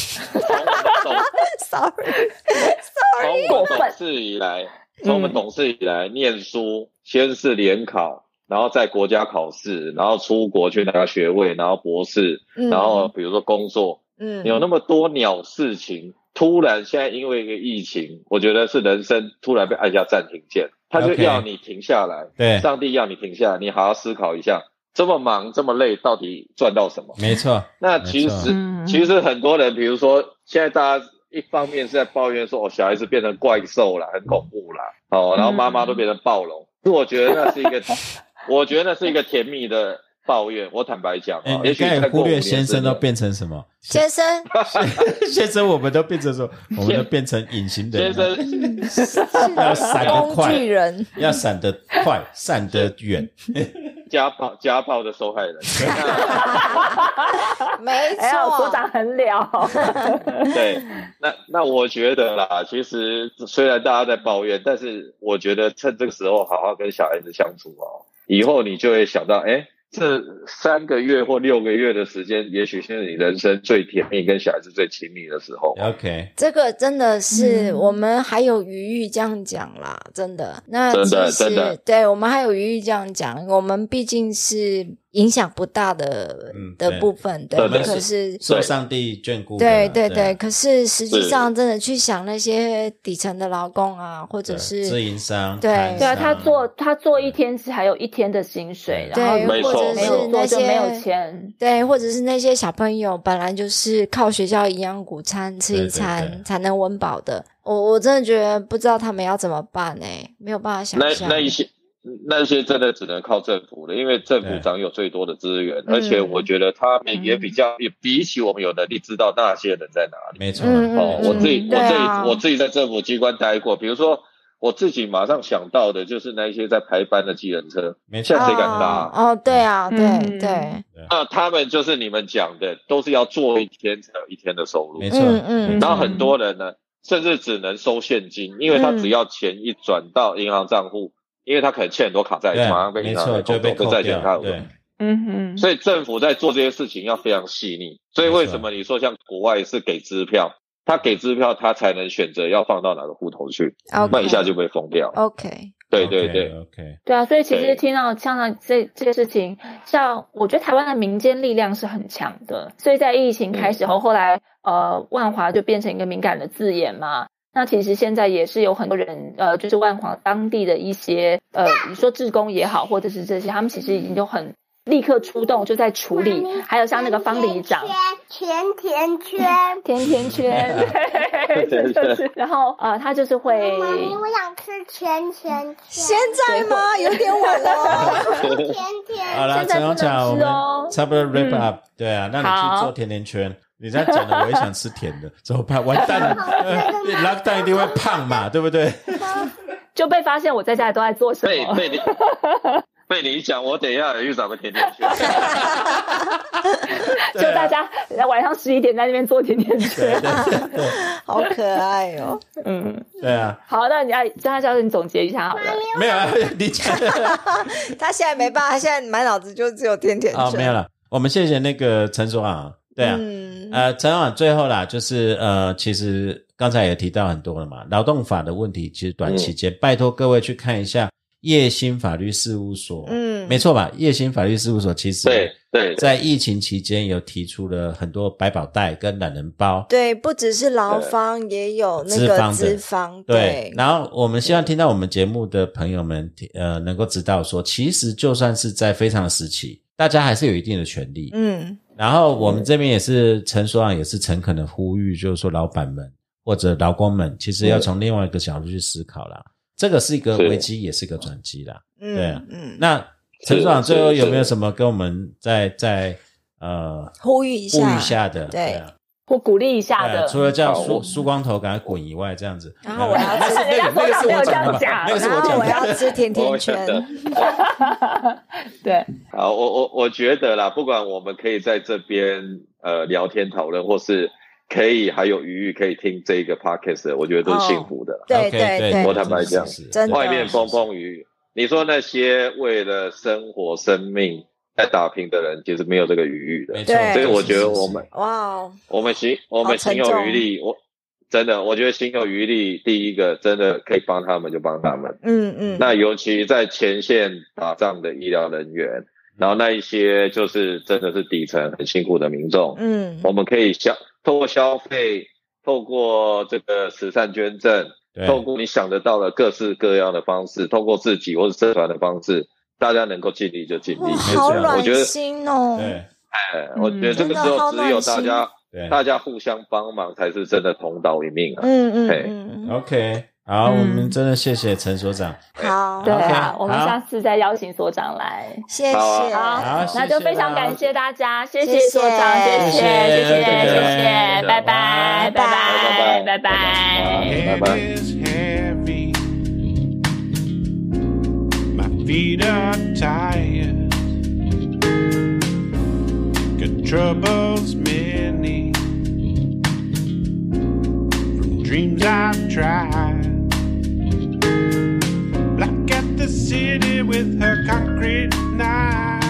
我们懂事以来念书，先是联考，然后在国家考试，然后出国去拿学位，然后博士，然后比如说工作，有那么多鸟事情，突然现在因为一个疫情，我觉得是人生突然被按下暂停键，他就要你停下来， 对， 上帝要你停下来，你好好思考一下，这么忙这么累，到底赚到什么？ 没错。那其实很多人，比如说现在大家一方面是在抱怨说小孩子变成怪兽啦，很恐怖啦，然后妈妈都变成暴龙，我觉得那是一个甜蜜的抱怨。我坦白讲也许再忽略先生都变成什么？ 先生先生我们都变成说，我们都变成隐形人。先生要闪得快， 工具人要闪得快，闪得远。 家暴的受害人。 没错， 所长很了。 对，那我觉得啦，其实虽然大家在抱怨，但是我觉得趁这个时候好好跟小孩子相处以后你就会想到这3个月或6个月的时间，也许是你人生最甜蜜跟小孩子最亲密的时候。 OK， 这个真的是我们还有余裕这样讲啦，真的。那真的， 对，我们还有余裕这样讲，我们毕竟是影响不大的部分，对，可是受上帝眷顾， 对。可是实际上，真的去想那些底层的劳工啊，或者是自营商， 对啊，他做1天还有1天的薪水，然后或者是那些没有钱， 对，或者是那些小朋友本来就是靠学校营养午餐吃一餐才能温饱的，我真的觉得不知道他们要怎么办没有办法想象。 那些真的只能靠政府了，因为政府掌有最多的资源，而且我觉得他们也比起我们有能力知道那些人在哪里。 没错， 我自己在政府机关待过，比如说我自己马上想到的就是那些在排班的计程车，现在谁敢搭？ 对啊，对。 那他们就是你们讲的，都是要做1天才有1天的收入。 没错， 然后很多人呢，甚至只能收现金，因为他只要钱一转到银行账户。因为他可能欠很多卡债，马上被银行就被扣掉。 对， 所以政府在做这些事情要非常细腻。所以为什么你说像国外是给支票， 他给支票，他才能选择要放到哪个户头去，不然一下就被封掉。 OK， 对对对 ，OK， 对啊，所以其实听到像这个事情，像我觉得台湾的民间力量是很强的，所以在疫情开始后，后来万华就变成一个敏感的字眼嘛。那其实现在也是有很多人就是万华当地的一些你说志工也好，或者是这些，他们其实已经都很立刻出动，就在处理。还有像那个方里长，甜圈，对，然后他就是会， 妈咪，我想吃甜圈。 现在吗？有点晚了。 甜。 好了，陈荣讲，我们差不多 wrap up，对啊，那你去做甜甜圈。你这样讲的，我也想吃甜的，怎么办？完蛋了！lockdown 一定会胖嘛，对不对？ 就被发现我在家里都在做什么。 被你讲，我等一下也去找个甜甜圈。 就大家晚上11点在那边做甜甜圈， 好可爱哦。 对啊。 好，那你要叫他你总结一下好了。 没有啊，你讲。 他现在没办法，他现在满脑子就只有甜甜圈。 没有了。我们谢谢那个陈所长。对啊，陈所长最后啦，就是其实刚才也提到很多了嘛，劳动法的问题，其实短期间，拜托各位去看一下叶兴法律事务所，没错吧？叶兴法律事务所其实对，在疫情期间有提出了很多百宝袋跟懒人包， 对，不只是劳方，也有那个资方， 对。然后我们希望听到我们节目的朋友们，能够知道说，其实就算是在非常的时期，大家还是有一定的权利，然后我们这边也是陈所长也是诚恳的呼吁，就是说老板们或者劳工们，其实要从另外一个角度去思考啦。这个是一个危机，也是一个转机啦。对啊。那陈所长最后有没有什么跟我们再呼吁一下的？ 对啊。 或鼓励一下的， 除了叫输光头赶快滚以外，这样子。 然后我要吃那个是我讲的，那个是我讲的。 然后我要吃甜甜圈。 对， 好，我觉得啦，不管我们可以在这边聊天讨论，或是可以还有余裕可以听这个 podcast， 我觉得都是幸福的。 对对对， 我坦白讲，外面风风雨雨，你说那些为了生活生命在打拼的人，其实没有这个余裕的。所以我觉得我们我们心有余力，我觉得心有余力，第一个真的可以帮他们就帮他们。那尤其在前线打仗的医疗人员，然后那一些就是真的是底层很辛苦的民众，我们可以透过消费，透过这个慈善捐赠，透过你想得到的各式各样的方式，透过自己或是社团的方式，大家能够尽力就尽力。 好暖心哦。 对， 我觉得这个时候只有大家互相帮忙，才是真的同岛一命啊。 OK， 好，我们真的谢谢陈所长。 好， 对啊，我们下次再邀请所长来。 谢谢。 好，那就非常感谢大家，谢谢所长，谢谢，拜拜，拜拜，拜拜，拜拜。 Feet are tired, got troubles many, from dreams I've tried. Black at the city with her concrete knife.